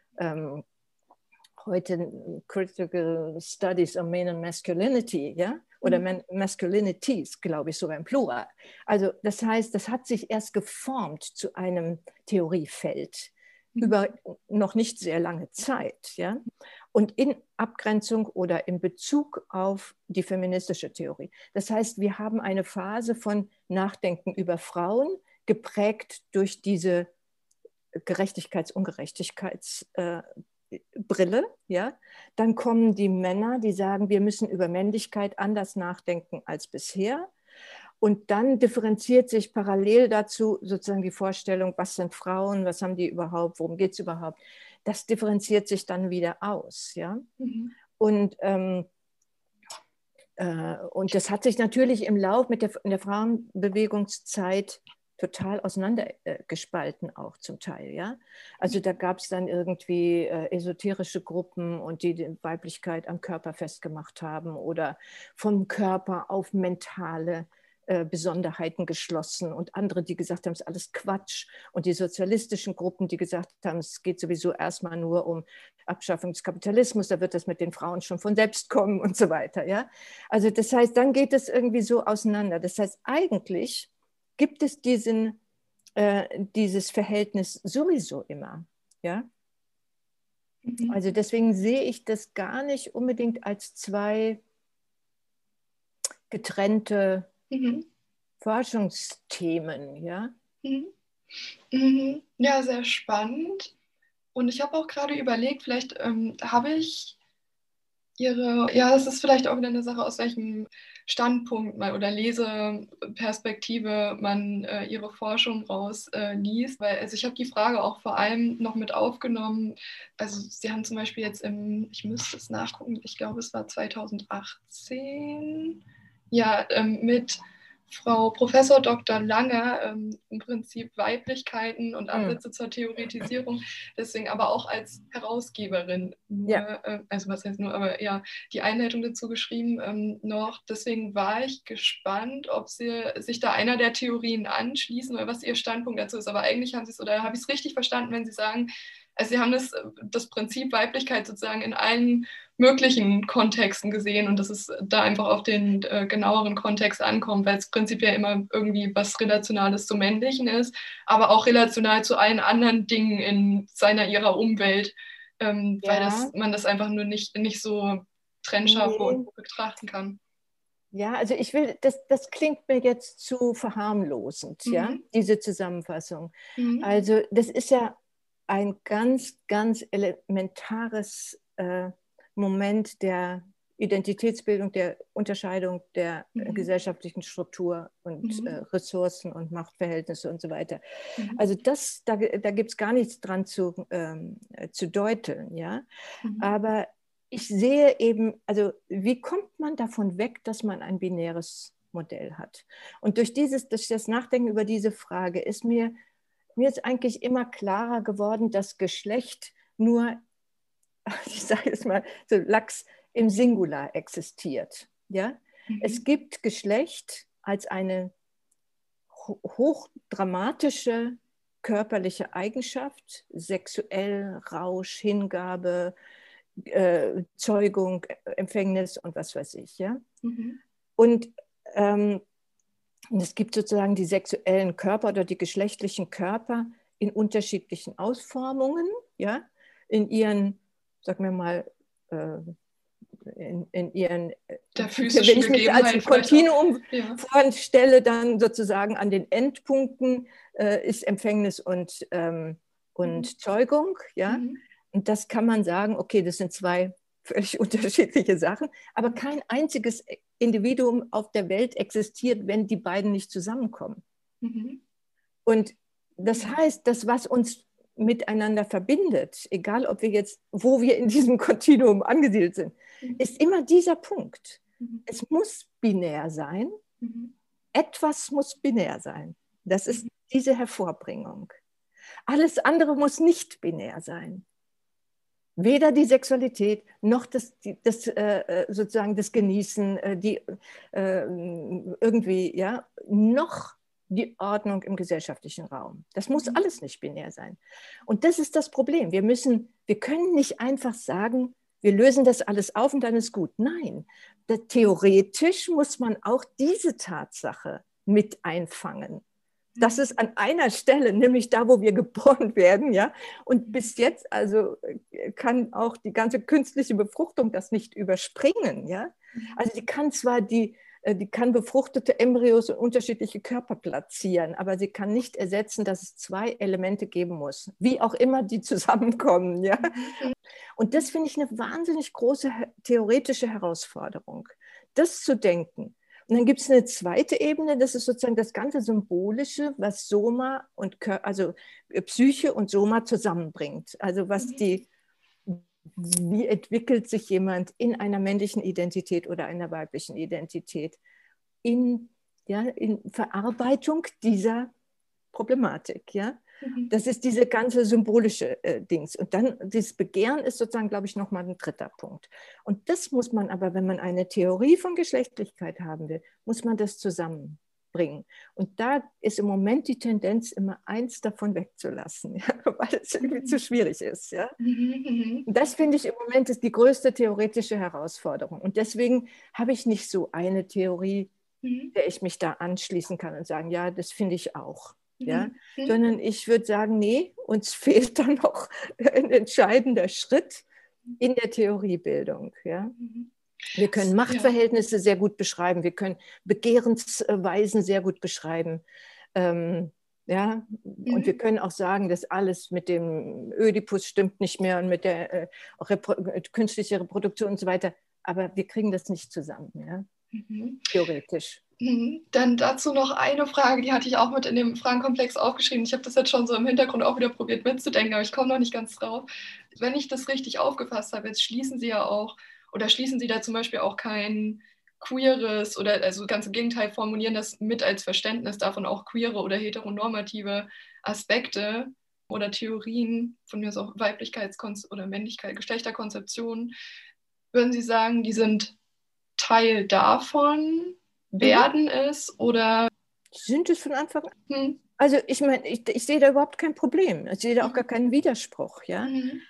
heute Critical Studies of Men and Masculinity, ja, oder Masculinities, glaube ich, sogar im Plural. Also das heißt, das hat sich erst geformt zu einem Theoriefeld über noch nicht sehr lange Zeit, ja, und in Abgrenzung oder in Bezug auf die feministische Theorie. Das heißt, wir haben eine Phase von Nachdenken über Frauen, geprägt durch diese Gerechtigkeits-Ungerechtigkeitsbrille, ja. Dann kommen die Männer, die sagen, wir müssen über Männlichkeit anders nachdenken als bisher. Und dann differenziert sich parallel dazu sozusagen die Vorstellung, was sind Frauen, was haben die überhaupt, worum geht es überhaupt. Das differenziert sich dann wieder aus. Ja? Und das hat sich natürlich im Lauf in der Frauenbewegungszeit total auseinandergespalten auch zum Teil. Ja? Also da gab es dann irgendwie esoterische Gruppen, und die Weiblichkeit am Körper festgemacht haben oder vom Körper auf mentale Besonderheiten geschlossen, und andere, die gesagt haben, es ist alles Quatsch, und die sozialistischen Gruppen, die gesagt haben, es geht sowieso erstmal nur um Abschaffung des Kapitalismus, da wird das mit den Frauen schon von selbst kommen und so weiter. Ja? Also das heißt, dann geht es irgendwie so auseinander. Das heißt, eigentlich gibt es dieses Verhältnis sowieso immer. Ja? Also deswegen sehe ich das gar nicht unbedingt als zwei getrennte Forschungsthemen. Ja? Ja, sehr spannend. Und ich habe auch gerade überlegt, vielleicht habe ich es ist vielleicht auch wieder eine Sache, aus welchem Standpunkt man oder Leseperspektive man ihre Forschung liest. Weil, also ich habe die Frage auch vor allem noch mit aufgenommen. Also Sie haben zum Beispiel jetzt ich müsste es nachgucken, ich glaube es war 2018, ja, mit Frau Professor Dr. Langer im Prinzip Weiblichkeiten und Ansätze zur Theoretisierung, deswegen aber auch als Herausgeberin nur, also was heißt nur, aber ja, die Einleitung dazu geschrieben noch. Deswegen war ich gespannt, ob Sie sich da einer der Theorien anschließen oder was Ihr Standpunkt dazu ist. Aber eigentlich haben Sie es, oder habe ich es richtig verstanden, wenn Sie sagen, also Sie haben das Prinzip Weiblichkeit sozusagen in allen möglichen Kontexten gesehen und dass es da einfach auf den genaueren Kontext ankommt, weil es prinzipiell immer irgendwie was Relationales zum Männlichen ist, aber auch relational zu allen anderen Dingen in ihrer Umwelt, weil man das einfach nur nicht so trennscharf betrachten kann. Ja, also das klingt mir jetzt zu verharmlosend, ja, diese Zusammenfassung. Also das ist ja ein ganz, ganz elementares Moment der Identitätsbildung, der Unterscheidung der gesellschaftlichen Struktur und Ressourcen und Machtverhältnisse und so weiter. Also da gibt es gar nichts dran zu deuteln, ja. Aber ich sehe eben, also wie kommt man davon weg, dass man ein binäres Modell hat? Und durch das Nachdenken über diese Frage ist mir ist eigentlich immer klarer geworden, dass Geschlecht nur, ich sage jetzt mal so lax, im Singular existiert. Ja? Es gibt Geschlecht als eine hochdramatische körperliche Eigenschaft, sexuell, Rausch, Hingabe, Zeugung, Empfängnis und was weiß ich. Ja? Und es gibt sozusagen die sexuellen Körper oder die geschlechtlichen Körper in unterschiedlichen Ausformungen, ja, in ihren, sagen wir mal, in ihren, der physischen wenn ich mich als ein Kontinuum vorstelle, dann sozusagen an den Endpunkten ist Empfängnis und Zeugung, ja. Und das kann man sagen, okay, das sind zwei völlig unterschiedliche Sachen, aber kein einziges Individuum auf der Welt existiert, wenn die beiden nicht zusammenkommen. Und das heißt, das, was uns miteinander verbindet, egal ob wir jetzt, wo wir in diesem Kontinuum angesiedelt sind, ist immer dieser Punkt. Es muss binär sein. Etwas muss binär sein. Das ist diese Hervorbringung. Alles andere muss nicht binär sein. Weder die Sexualität noch sozusagen das Genießen, irgendwie, ja, noch die Ordnung im gesellschaftlichen Raum. Das muss alles nicht binär sein. Und das ist das Problem. Wir können nicht einfach sagen, wir lösen das alles auf und dann ist gut. Nein, theoretisch muss man auch diese Tatsache mit einfangen. Das ist an einer Stelle, nämlich da, wo wir geboren werden, ja. Und bis jetzt also kann auch die ganze künstliche Befruchtung das nicht überspringen, ja. Also die kann befruchtete Embryos in unterschiedliche Körper platzieren, aber sie kann nicht ersetzen, dass es zwei Elemente geben muss, wie auch immer die zusammenkommen, ja. Und das finde ich eine wahnsinnig große theoretische Herausforderung, das zu denken. Und dann gibt es eine zweite Ebene, das ist sozusagen das ganze Symbolische, was Soma und also Psyche und Soma zusammenbringt. Also wie entwickelt sich jemand in einer männlichen Identität oder einer weiblichen Identität in Verarbeitung dieser Problematik, ja. Das ist diese ganze symbolische Dings. Und dann, das Begehren ist sozusagen, glaube ich, nochmal ein dritter Punkt. Und das muss man aber, wenn man eine Theorie von Geschlechtlichkeit haben will, muss man das zusammenbringen. Und da ist im Moment die Tendenz, immer eins davon wegzulassen, ja, weil es irgendwie zu schwierig ist. Ja. Und das finde ich im Moment ist die größte theoretische Herausforderung. Und deswegen habe ich nicht so eine Theorie, der ich mich da anschließen kann und sagen, ja, das finde ich auch. Ja, sondern ich würde sagen, nee, uns fehlt da noch ein entscheidender Schritt in der Theoriebildung. Ja. Wir können Machtverhältnisse sehr gut beschreiben, wir können Begehrensweisen sehr gut beschreiben. Ja, und wir können auch sagen, dass alles mit dem Ödipus stimmt nicht mehr und mit der künstlichen Reproduktion und so weiter, aber wir kriegen das nicht zusammen, ja. Theoretisch. Dann dazu noch eine Frage, die hatte ich auch mit in dem Fragenkomplex aufgeschrieben. Ich habe das jetzt schon so im Hintergrund auch wieder probiert mitzudenken, aber ich komme noch nicht ganz drauf. Wenn ich das richtig aufgefasst habe, jetzt schließen Sie ja auch, oder schließen Sie da zum Beispiel auch kein queeres oder also ganz im Gegenteil formulieren das mit als Verständnis davon auch queere oder heteronormative Aspekte oder Theorien, von mir aus auch oder Männlichkeit, Geschlechterkonzeptionen. Würden Sie sagen, die sind Teil davon? Werden es oder sind es von Anfang an? Also ich meine, ich sehe da überhaupt kein Problem. Ich sehe da auch gar keinen Widerspruch. Ja?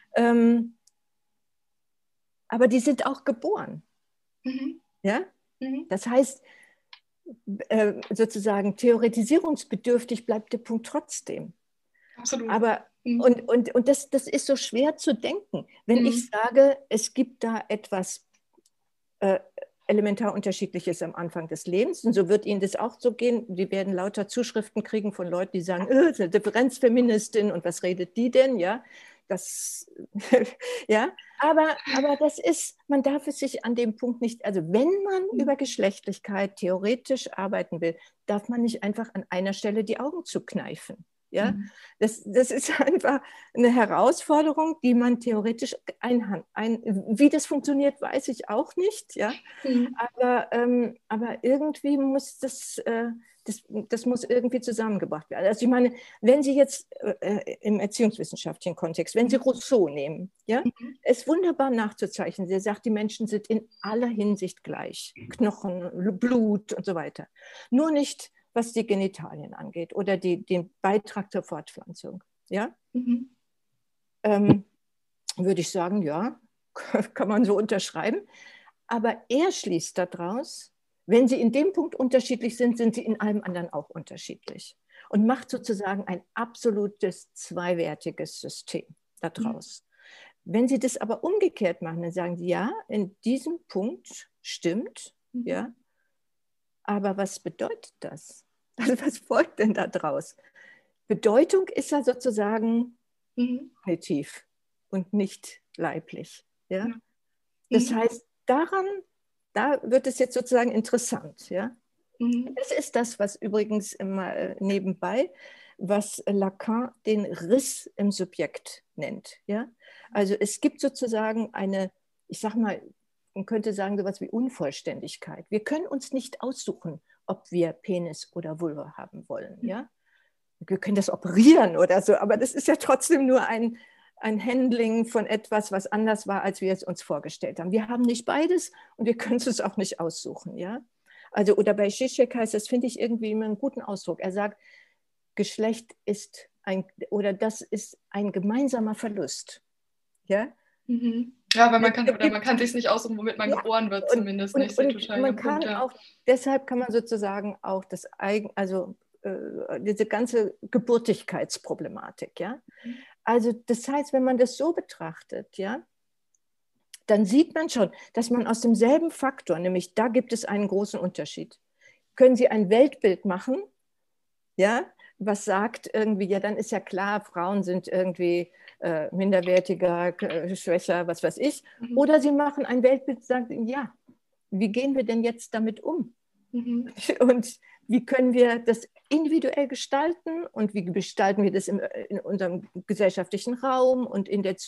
Aber die sind auch geboren. Ja? Das heißt, sozusagen theoretisierungsbedürftig bleibt der Punkt trotzdem. Absolut. Aber und das ist so schwer zu denken. Wenn ich sage, es gibt da etwas elementar Unterschiedliches am Anfang des Lebens. Und so wird Ihnen das auch so gehen. Sie werden lauter Zuschriften kriegen von Leuten, die sagen, ist eine Differenzfeministin und was redet die denn? Ja, das, ja. Aber das ist, man darf es sich an dem Punkt nicht, also wenn man über Geschlechtlichkeit theoretisch arbeiten will, darf man nicht einfach an einer Stelle die Augen zukneifen. Ja, das ist einfach eine Herausforderung, die man theoretisch wie das funktioniert, weiß ich auch nicht. Ja, aber irgendwie muss das muss irgendwie zusammengebracht werden. Also ich meine, wenn Sie jetzt im erziehungswissenschaftlichen Kontext, wenn Sie Rousseau nehmen, ja, ist wunderbar nachzuzeichnen. Er sagt, die Menschen sind in aller Hinsicht gleich, Knochen, Blut und so weiter. Nur nicht was die Genitalien angeht oder den Beitrag zur Fortpflanzung. Ja? Würde ich sagen, ja, kann man so unterschreiben. Aber er schließt daraus, wenn sie in dem Punkt unterschiedlich sind, sind sie in allem anderen auch unterschiedlich. Und macht sozusagen ein absolutes zweiwertiges System daraus. Wenn sie das aber umgekehrt machen, dann sagen sie, ja, in diesem Punkt stimmt, ja, aber was bedeutet das? Also was folgt denn daraus? Bedeutung ist ja sozusagen kognitiv und nicht leiblich. Ja? Das heißt, da wird es jetzt sozusagen interessant. Ja? Das ist das, was übrigens immer nebenbei was Lacan den Riss im Subjekt nennt. Ja? Also es gibt sozusagen eine, ich sag mal, man könnte sagen, sowas wie Unvollständigkeit. Wir können uns nicht aussuchen, ob wir Penis oder Vulva haben wollen. Ja? Wir können das operieren oder so, aber das ist ja trotzdem nur ein Handling von etwas, was anders war, als wir es uns vorgestellt haben. Wir haben nicht beides und wir können es uns auch nicht aussuchen. Ja? Also, oder bei Zizek heißt das, finde ich irgendwie immer einen guten Ausdruck. Er sagt, Geschlecht ist das ist ein gemeinsamer Verlust. Ja? Mhm. Ja, weil man kann sich nicht aussuchen, womit man ja, geboren wird, zumindest nicht. Und man kann Punkt, ja. auch, deshalb kann man sozusagen auch diese ganze Geburtigkeitsproblematik, ja. Also das heißt, wenn man das so betrachtet, ja, dann sieht man schon, dass man aus demselben Faktor, nämlich da gibt es einen großen Unterschied. Können Sie ein Weltbild machen, ja, was sagt irgendwie, ja, dann ist ja klar, Frauen sind irgendwie minderwertiger, schwächer, was weiß ich. Mhm. Oder Sie machen ein Weltbild, sagen, ja, wie gehen wir denn jetzt damit um? Mhm. Und wie können wir das individuell gestalten und wie gestalten wir das in unserem gesellschaftlichen Raum und in der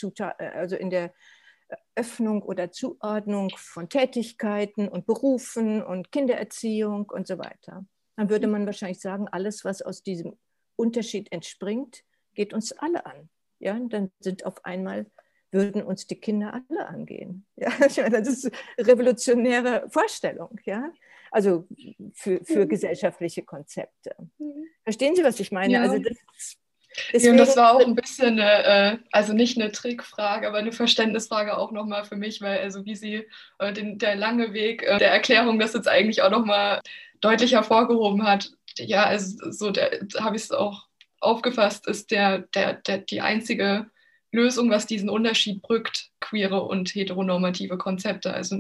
Öffnung oder Zuordnung von Tätigkeiten und Berufen und Kindererziehung und so weiter. Dann würde man wahrscheinlich sagen, alles, was aus diesem Unterschied entspringt, geht uns alle an. Ja, und dann würden uns die Kinder alle angehen. Ja, das ist eine revolutionäre Vorstellung, ja, also für gesellschaftliche Konzepte. Verstehen Sie, was ich meine? Ja. Also Deswegen, und das war auch ein bisschen also nicht eine Trickfrage, aber eine Verständnisfrage auch nochmal für mich, weil also wie Sie der lange Weg der Erklärung das jetzt eigentlich auch nochmal deutlich hervorgehoben hat. Ja, also so habe ich es auch aufgefasst, ist die einzige Lösung, was diesen Unterschied brückt, queere und heteronormative Konzepte. Also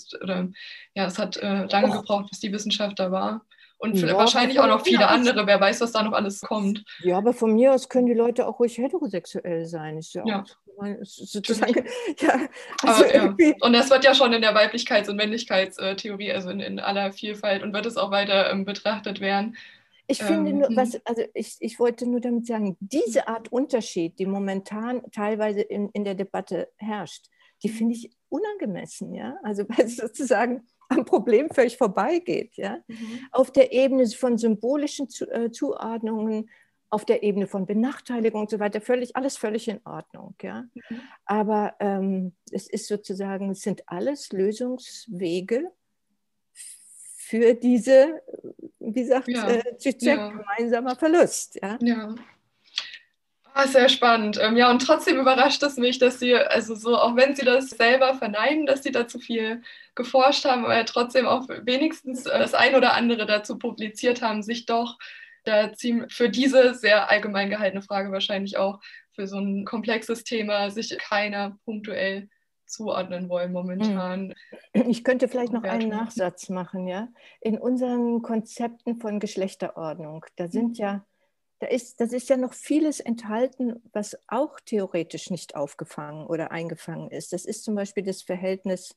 es hat lange gebraucht, bis die Wissenschaft da war. Und ja, wahrscheinlich auch noch viele andere. Wer weiß, was da noch alles kommt. Ja, aber von mir aus können die Leute auch ruhig heterosexuell sein. Ist ja auch sozusagen. Ja, also ja. Und das wird ja schon in der Weiblichkeits- und Männlichkeitstheorie, also in aller Vielfalt und wird es auch weiter betrachtet werden. Ich finde nur, ich wollte nur damit sagen, diese Art Unterschied, die momentan teilweise in der Debatte herrscht, die finde ich unangemessen, ja. Also weil es sozusagen am Problem völlig vorbeigeht, ja. Auf der Ebene von symbolischen Zuordnungen, auf der Ebene von Benachteiligung und so weiter, alles völlig in Ordnung, ja. Aber es sind alles Lösungswege für diese, wie sagt Zizek, gemeinsamer Verlust. Ja. Ja. Sehr spannend. Ja, und trotzdem überrascht es mich, dass Sie, also so, auch wenn Sie das selber verneinen, dass Sie dazu viel geforscht haben, aber trotzdem auch wenigstens das ein oder andere dazu publiziert haben, sich doch für diese sehr allgemein gehaltene Frage wahrscheinlich auch für so ein komplexes Thema sich keiner punktuell zuordnen wollen momentan. Ich könnte vielleicht noch einen Nachsatz machen, ja. In unseren Konzepten von Geschlechterordnung, das ist ja noch vieles enthalten, was auch theoretisch nicht aufgefangen oder eingefangen ist. Das ist zum Beispiel das Verhältnis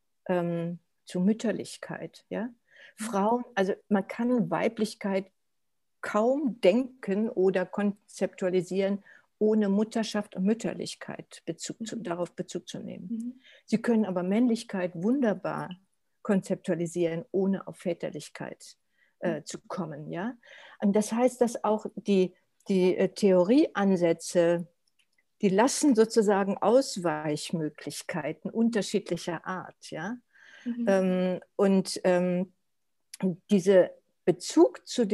zur Mütterlichkeit. Ja? Frauen, also man kann Weiblichkeit kaum denken oder konzeptualisieren, ohne Mutterschaft und Mütterlichkeit darauf Bezug zu nehmen. Sie können aber Männlichkeit wunderbar konzeptualisieren, ohne auf Väterlichkeit zu kommen. Ja? Und das heißt, dass auch die Theorieansätze, die lassen sozusagen Ausweichmöglichkeiten unterschiedlicher Art. Ja? Dieser Bezug zu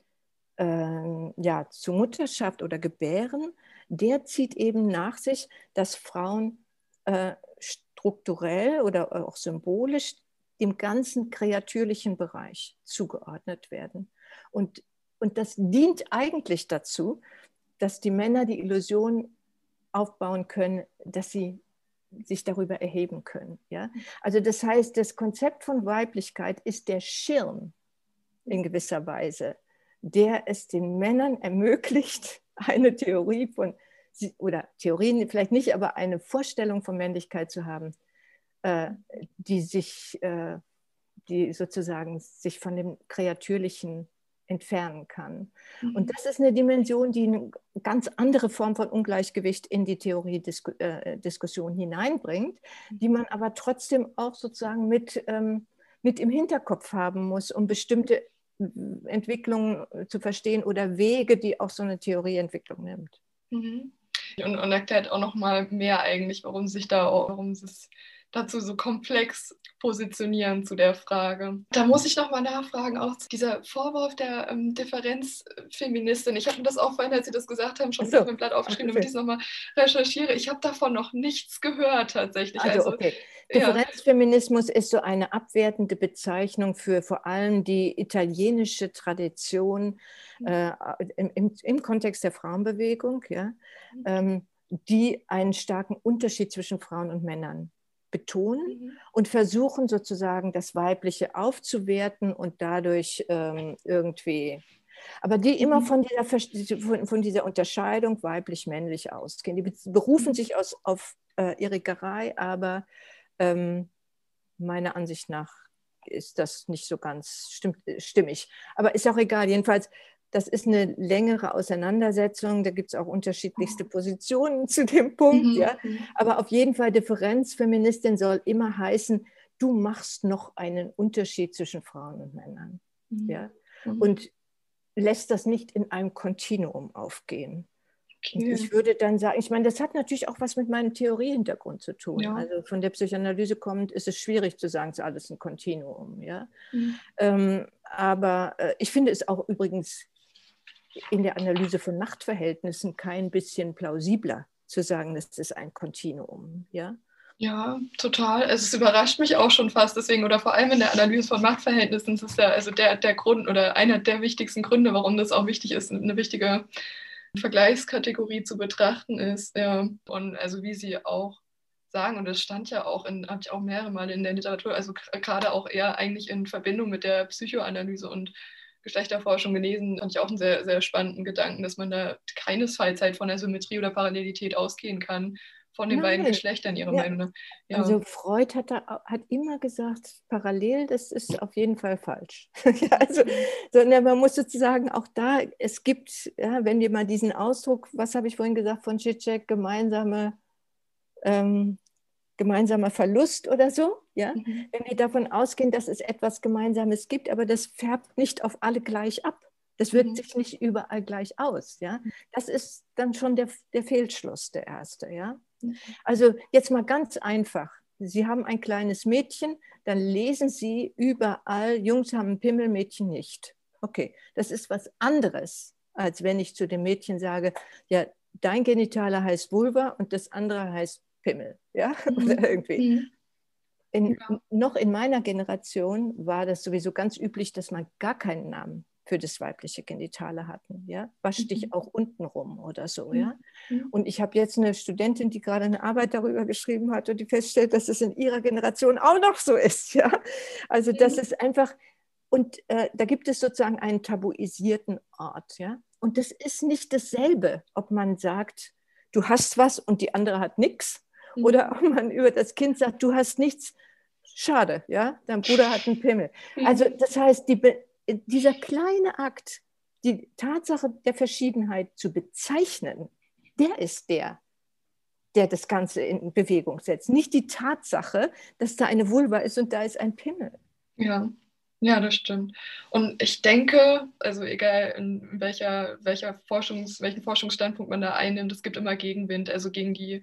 zu Mutterschaft oder Gebären, der zieht eben nach sich, dass Frauen strukturell oder auch symbolisch dem ganzen kreatürlichen Bereich zugeordnet werden. Und das dient eigentlich dazu, dass die Männer die Illusion aufbauen können, dass sie sich darüber erheben können. Ja? Also das heißt, das Konzept von Weiblichkeit ist der Schirm in gewisser Weise, der es den Männern ermöglicht, eine Theorie oder Theorien vielleicht nicht, aber eine Vorstellung von Männlichkeit zu haben, die sozusagen sich von dem Kreatürlichen entfernen kann. Und das ist eine Dimension, die eine ganz andere Form von Ungleichgewicht in die Theorie-Diskussion hineinbringt, die man aber trotzdem auch sozusagen mit im Hinterkopf haben muss, um bestimmte Entwicklungen zu verstehen oder Wege, die auch so eine Theorieentwicklung nimmt. Und erklärt auch noch mal mehr eigentlich, warum sie es dazu so komplex positionieren zu der Frage. Da muss ich noch mal nachfragen, auch dieser Vorwurf der Differenzfeministin. Ich habe mir das auch vorhin, als Sie das gesagt haben, schon auf meinem Blatt aufgeschrieben, damit ich es noch mal recherchiere. Ich habe davon noch nichts gehört tatsächlich. Also okay. Differenzfeminismus ist so eine abwertende Bezeichnung für vor allem die italienische Tradition im Kontext der Frauenbewegung, ja, die einen starken Unterschied zwischen Frauen und Männern betonen und versuchen sozusagen das Weibliche aufzuwerten und dadurch irgendwie, aber die immer von dieser Unterscheidung weiblich-männlich ausgehen. Die berufen sich auf ihre Gerei, aber meiner Ansicht nach ist das nicht so ganz stimmig. Aber ist auch egal. Jedenfalls, das ist eine längere Auseinandersetzung. Da gibt es auch unterschiedlichste Positionen zu dem Punkt. Ja? Aber auf jeden Fall, Differenzfeministin soll immer heißen, du machst noch einen Unterschied zwischen Frauen und Männern. Ja? Und lässt das nicht in einem Kontinuum aufgehen. Okay. Ich würde dann sagen, ich meine, das hat natürlich auch was mit meinem Theoriehintergrund zu tun. Ja. Also von der Psychoanalyse kommend ist es schwierig zu sagen, es ist alles ein Kontinuum. Ja? Aber ich finde es auch übrigens in der Analyse von Machtverhältnissen kein bisschen plausibler zu sagen, das ist ein Kontinuum. Ja? Ja, total. Also es überrascht mich auch schon fast deswegen, oder vor allem in der Analyse von Machtverhältnissen ist es ja also der Grund oder einer der wichtigsten Gründe, warum das auch wichtig ist, eine wichtige Vergleichskategorie zu betrachten ist. Ja. Und also wie Sie auch sagen, und das stand ja auch, habe ich auch mehrere Male in der Literatur, also gerade auch eher eigentlich in Verbindung mit der Psychoanalyse und Geschlechterforschung gelesen, fand ich auch einen sehr, sehr spannenden Gedanken, dass man da keinesfalls halt von der Symmetrie oder Parallelität ausgehen kann, von den beiden Geschlechtern, Ihrer Meinung nach. Ja. Also Freud hat immer gesagt, parallel, das ist auf jeden Fall falsch. Also, sondern man muss sozusagen auch da, es gibt, ja, wenn wir mal diesen Ausdruck, was habe ich vorhin gesagt von Zizek, gemeinsamer Verlust oder so, ja? Wenn wir davon ausgehen, dass es etwas Gemeinsames gibt, aber das färbt nicht auf alle gleich ab. Das wirkt sich nicht überall gleich aus. Ja? Das ist dann schon der Fehlschluss, der erste. Ja? Also jetzt mal ganz einfach. Sie haben ein kleines Mädchen, dann lesen Sie überall, Jungs haben einen Pimmel, Mädchen nicht. Okay, das ist was anderes, als wenn ich zu dem Mädchen sage, ja, dein Genitaler heißt Vulva und das andere heißt Pimmel. Ja? Oder irgendwie. Noch in meiner Generation war das sowieso ganz üblich, dass man gar keinen Namen für das weibliche Genitale hatten. Ja? Wasch dich auch unten rum oder so. Ja? Und ich habe jetzt eine Studentin, die gerade eine Arbeit darüber geschrieben hat und die feststellt, dass es in ihrer Generation auch noch so ist. Ja? Also das ist einfach, und da gibt es sozusagen einen tabuisierten Ort. Ja? Und das ist nicht dasselbe, ob man sagt, du hast was und die andere hat nichts. Oder ob man über das Kind sagt, du hast nichts, schade, ja, dein Bruder hat einen Pimmel. Also das heißt, dieser kleine Akt, die Tatsache der Verschiedenheit zu bezeichnen, der ist der das Ganze in Bewegung setzt. Nicht die Tatsache, dass da eine Vulva ist und da ist ein Pimmel. Ja. Ja, das stimmt. Und ich denke, also egal in welchen Forschungsstandpunkt man da einnimmt, es gibt immer Gegenwind, also gegen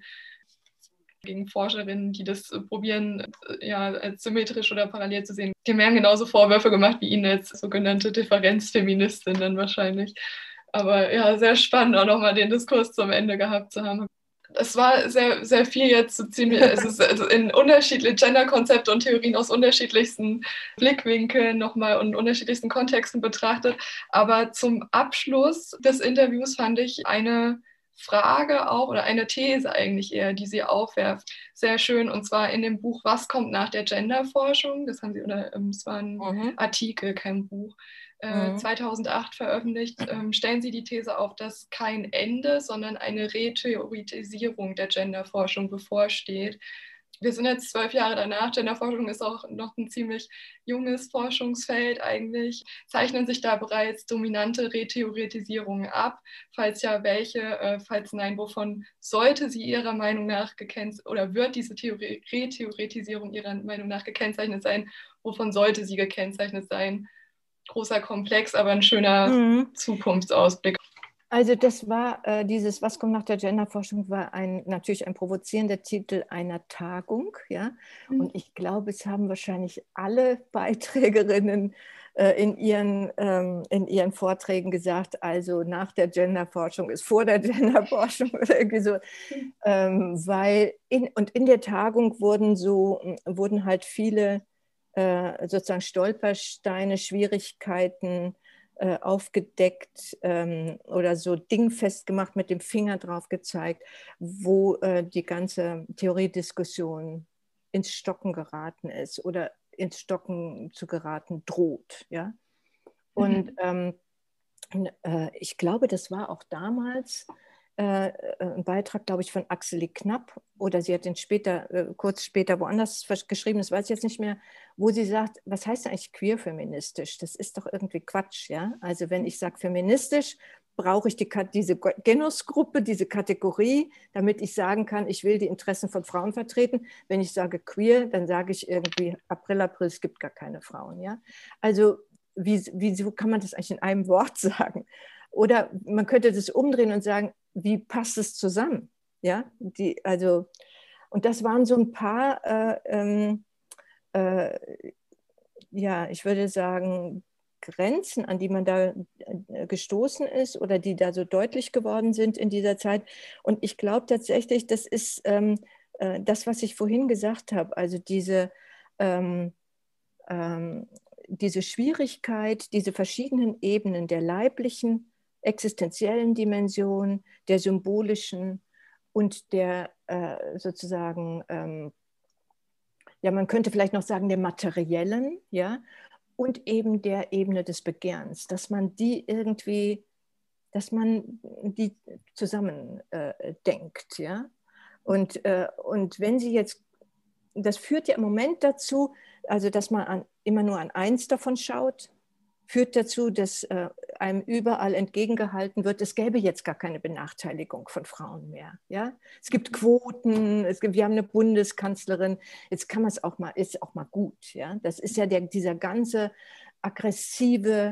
Forscherinnen, die das probieren, ja, als symmetrisch oder parallel zu sehen. Die haben genauso Vorwürfe gemacht wie Ihnen als sogenannte Differenzfeministin dann wahrscheinlich. Aber ja, sehr spannend auch nochmal den Diskurs zum Ende gehabt zu haben. Es war sehr, sehr viel jetzt so ziemlich, also in unterschiedliche Genderkonzepte und Theorien aus unterschiedlichsten Blickwinkeln nochmal und unterschiedlichsten Kontexten betrachtet. Aber zum Abschluss des Interviews fand ich eine Frage auch oder eine These eigentlich eher, die sie aufwerft, sehr schön, und zwar in dem Buch Was kommt nach der Genderforschung? Das haben sie, oder es war ein Artikel, kein Buch. 2008 veröffentlicht, stellen Sie die These auf, dass kein Ende, sondern eine Retheoretisierung der Genderforschung bevorsteht. wir sind jetzt 12 Jahre danach, Genderforschung ist auch noch ein ziemlich junges Forschungsfeld eigentlich, zeichnen sich da bereits dominante Retheoretisierungen ab? Falls ja, welche? Falls nein, wovon sollte sie Ihrer Meinung nach gekennzeichnet oder wird diese Retheoretisierung Ihrer Meinung nach gekennzeichnet sein? Wovon sollte sie gekennzeichnet sein? Großer Komplex, aber ein schöner Zukunftsausblick. Also das war dieses Was kommt nach der Genderforschung war natürlich ein provozierender Titel einer Tagung, ja. Und ich glaube, es haben wahrscheinlich alle Beiträgerinnen in ihren Vorträgen gesagt, also nach der Genderforschung ist vor der Genderforschung oder irgendwie so, weil in der Tagung wurden halt viele sozusagen Stolpersteine, Schwierigkeiten aufgedeckt oder so dingfest gemacht, mit dem Finger drauf gezeigt, wo die ganze Theoriediskussion ins Stocken geraten ist oder ins Stocken zu geraten droht. Ja? Und ich glaube, das war auch damals ein Beitrag, glaube ich, von Axelie Knapp, oder sie hat den kurz später woanders geschrieben, das weiß ich jetzt nicht mehr, wo sie sagt, was heißt eigentlich queer-feministisch? Das ist doch irgendwie Quatsch, ja? Also wenn ich sage feministisch, brauche ich diese Genusgruppe, diese Kategorie, damit ich sagen kann, ich will die Interessen von Frauen vertreten. Wenn ich sage queer, dann sage ich irgendwie April, es gibt gar keine Frauen, ja? Also wieso kann man das eigentlich in einem Wort sagen? Oder man könnte das umdrehen und sagen, wie passt es zusammen? Ja, und das waren so ein paar, ja, ich würde sagen, Grenzen, an die man da gestoßen ist oder die da so deutlich geworden sind in dieser Zeit. Und ich glaube tatsächlich, das ist das, was ich vorhin gesagt habe, also diese Schwierigkeit, diese verschiedenen Ebenen der leiblichen, existenziellen Dimension, der symbolischen und der sozusagen, ja, man könnte vielleicht noch sagen, der materiellen, ja, und eben der Ebene des Begehrens, dass man die zusammen denkt, ja. Und wenn Sie jetzt, das führt ja im Moment dazu, also dass man immer nur an eins davon schaut, führt dazu, dass einem überall entgegengehalten wird, es gäbe jetzt gar keine Benachteiligung von Frauen mehr. Ja? Es gibt Quoten, wir haben eine Bundeskanzlerin, jetzt kann man es auch mal, ist auch mal gut. Ja? Das ist ja dieser ganze aggressive,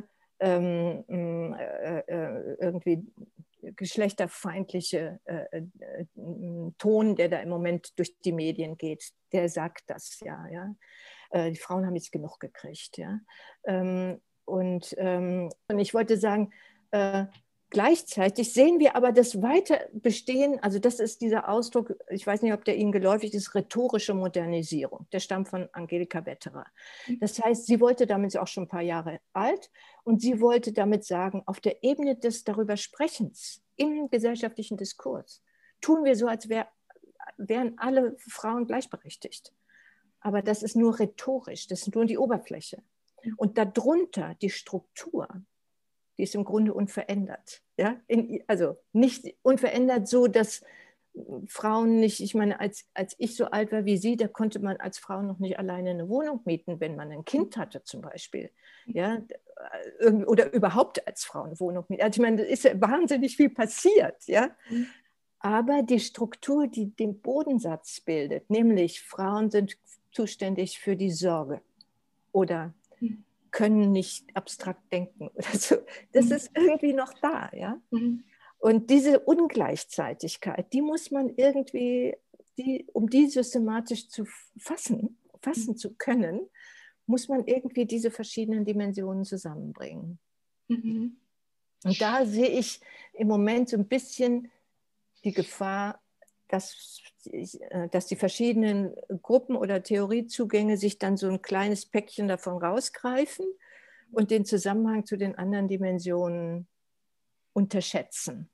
irgendwie geschlechterfeindliche Ton, der da im Moment durch die Medien geht, der sagt das ja. Ja? Die Frauen haben jetzt genug gekriegt. Ja? Und ich wollte sagen, gleichzeitig sehen wir aber das Weiterbestehen, also das ist dieser Ausdruck, ich weiß nicht, ob der Ihnen geläufig ist, rhetorische Modernisierung. Der stammt von Angelika Wetterer. Das heißt, sie wollte damit, auch schon ein paar Jahre alt, und sie wollte damit sagen, auf der Ebene des darüber Sprechens im gesellschaftlichen Diskurs tun wir so, als wären alle Frauen gleichberechtigt. Aber das ist nur rhetorisch, das ist nur die Oberfläche. Und darunter die Struktur, die ist im Grunde unverändert. Ja? Also nicht unverändert so, dass Frauen nicht, ich meine, als ich so alt war wie Sie, da konnte man als Frau noch nicht alleine eine Wohnung mieten, wenn man ein Kind hatte zum Beispiel. Ja? Oder überhaupt als Frau eine Wohnung mieten. Also ich meine, da ist ja wahnsinnig viel passiert. Ja? Aber die Struktur, die den Bodensatz bildet, nämlich Frauen sind zuständig für die Sorge oder können nicht abstrakt denken oder so. Das ist irgendwie noch da, ja. Und diese Ungleichzeitigkeit, die muss man irgendwie, um die systematisch zu fassen zu können, muss man irgendwie diese verschiedenen Dimensionen zusammenbringen. Und da sehe ich im Moment so ein bisschen die Gefahr, dass die verschiedenen Gruppen oder Theoriezugänge sich dann so ein kleines Päckchen davon rausgreifen und den Zusammenhang zu den anderen Dimensionen unterschätzen.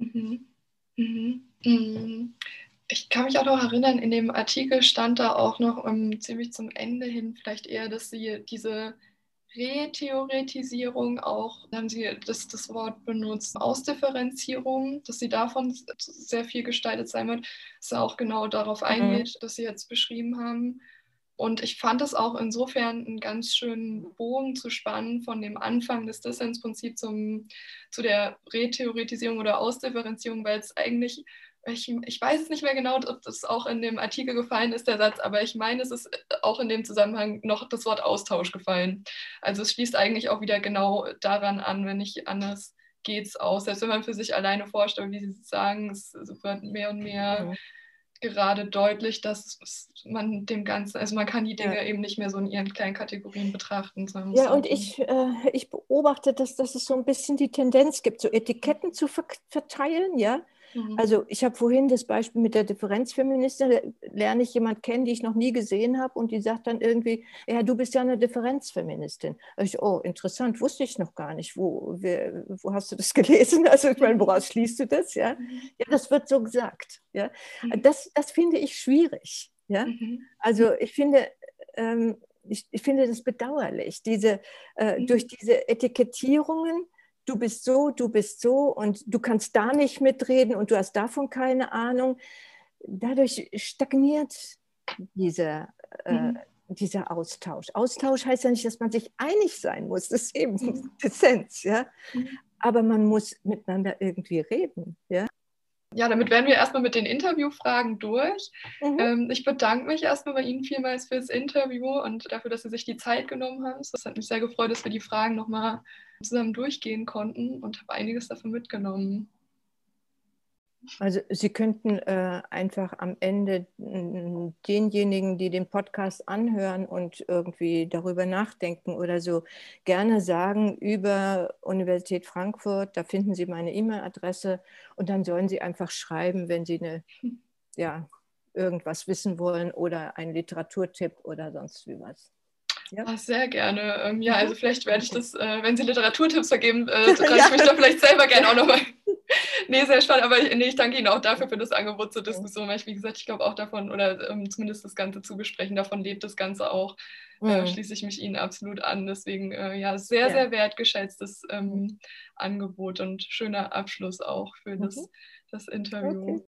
Ich kann mich auch noch erinnern, in dem Artikel stand da auch noch ziemlich zum Ende hin vielleicht eher, dass sie diese Retheoretisierung auch, da haben Sie das Wort benutzt, Ausdifferenzierung, dass sie davon sehr viel gestaltet sein wird, dass er auch genau darauf eingeht, dass Sie jetzt beschrieben haben. Und ich fand es auch insofern einen ganz schönen Bogen zu spannen von dem Anfang des Dissensprinzips zu der Retheoretisierung oder Ausdifferenzierung, weil es eigentlich, ich weiß es nicht mehr genau, ob das auch in dem Artikel gefallen ist, der Satz, aber ich meine, es ist auch in dem Zusammenhang noch das Wort Austausch gefallen. Also es schließt eigentlich auch wieder genau daran an, wenn nicht anders geht es aus. Selbst wenn man für sich alleine forscht, aber wie Sie sagen, es wird mehr und mehr gerade deutlich, dass man dem Ganzen, also man kann die Dinge eben nicht mehr so in ihren kleinen Kategorien betrachten. Sondern Ja, und ich beobachte, dass es so ein bisschen die Tendenz gibt, so Etiketten zu verteilen, ja. Also ich habe vorhin das Beispiel mit der Differenzfeministin, da lerne ich jemanden kennen, die ich noch nie gesehen habe und die sagt dann irgendwie, ja, du bist ja eine Differenzfeministin. Oh, interessant, wusste ich noch gar nicht. Wo hast du das gelesen? Also ich meine, woraus schließt du das? Ja, ja, das wird so gesagt. Ja? Das finde ich schwierig. Ja? Also ich finde, ich finde das bedauerlich, durch diese Etikettierungen, du bist so und du kannst da nicht mitreden und du hast davon keine Ahnung. Dadurch stagniert dieser Austausch. Austausch heißt ja nicht, dass man sich einig sein muss, das ist eben Dissens, ja. Aber man muss miteinander irgendwie reden, ja. Ja, damit wären wir erstmal mit den Interviewfragen durch. Ich bedanke mich erstmal bei Ihnen vielmals fürs Interview und dafür, dass Sie sich die Zeit genommen haben. Es hat mich sehr gefreut, dass wir die Fragen nochmal zusammen durchgehen konnten und habe einiges davon mitgenommen. Also Sie könnten einfach am Ende denjenigen, die den Podcast anhören und irgendwie darüber nachdenken oder so, gerne sagen über Universität Frankfurt, da finden Sie meine E-Mail-Adresse und dann sollen Sie einfach schreiben, wenn Sie irgendwas wissen wollen oder einen Literaturtipp oder sonst wie was. Ja? Ach, sehr gerne. Ja, also vielleicht werde ich das, wenn Sie Literaturtipps vergeben, trage ich mich da vielleicht selber gerne auch nochmal. Nee, sehr spannend, aber ich danke Ihnen auch dafür für das Angebot zur Diskussion, weil wie gesagt, ich glaube auch davon, oder zumindest das Ganze zu besprechen, davon lebt das Ganze auch, schließe ich mich Ihnen absolut an. Deswegen, sehr, sehr wertgeschätztes Angebot und schöner Abschluss auch für das Interview. Okay.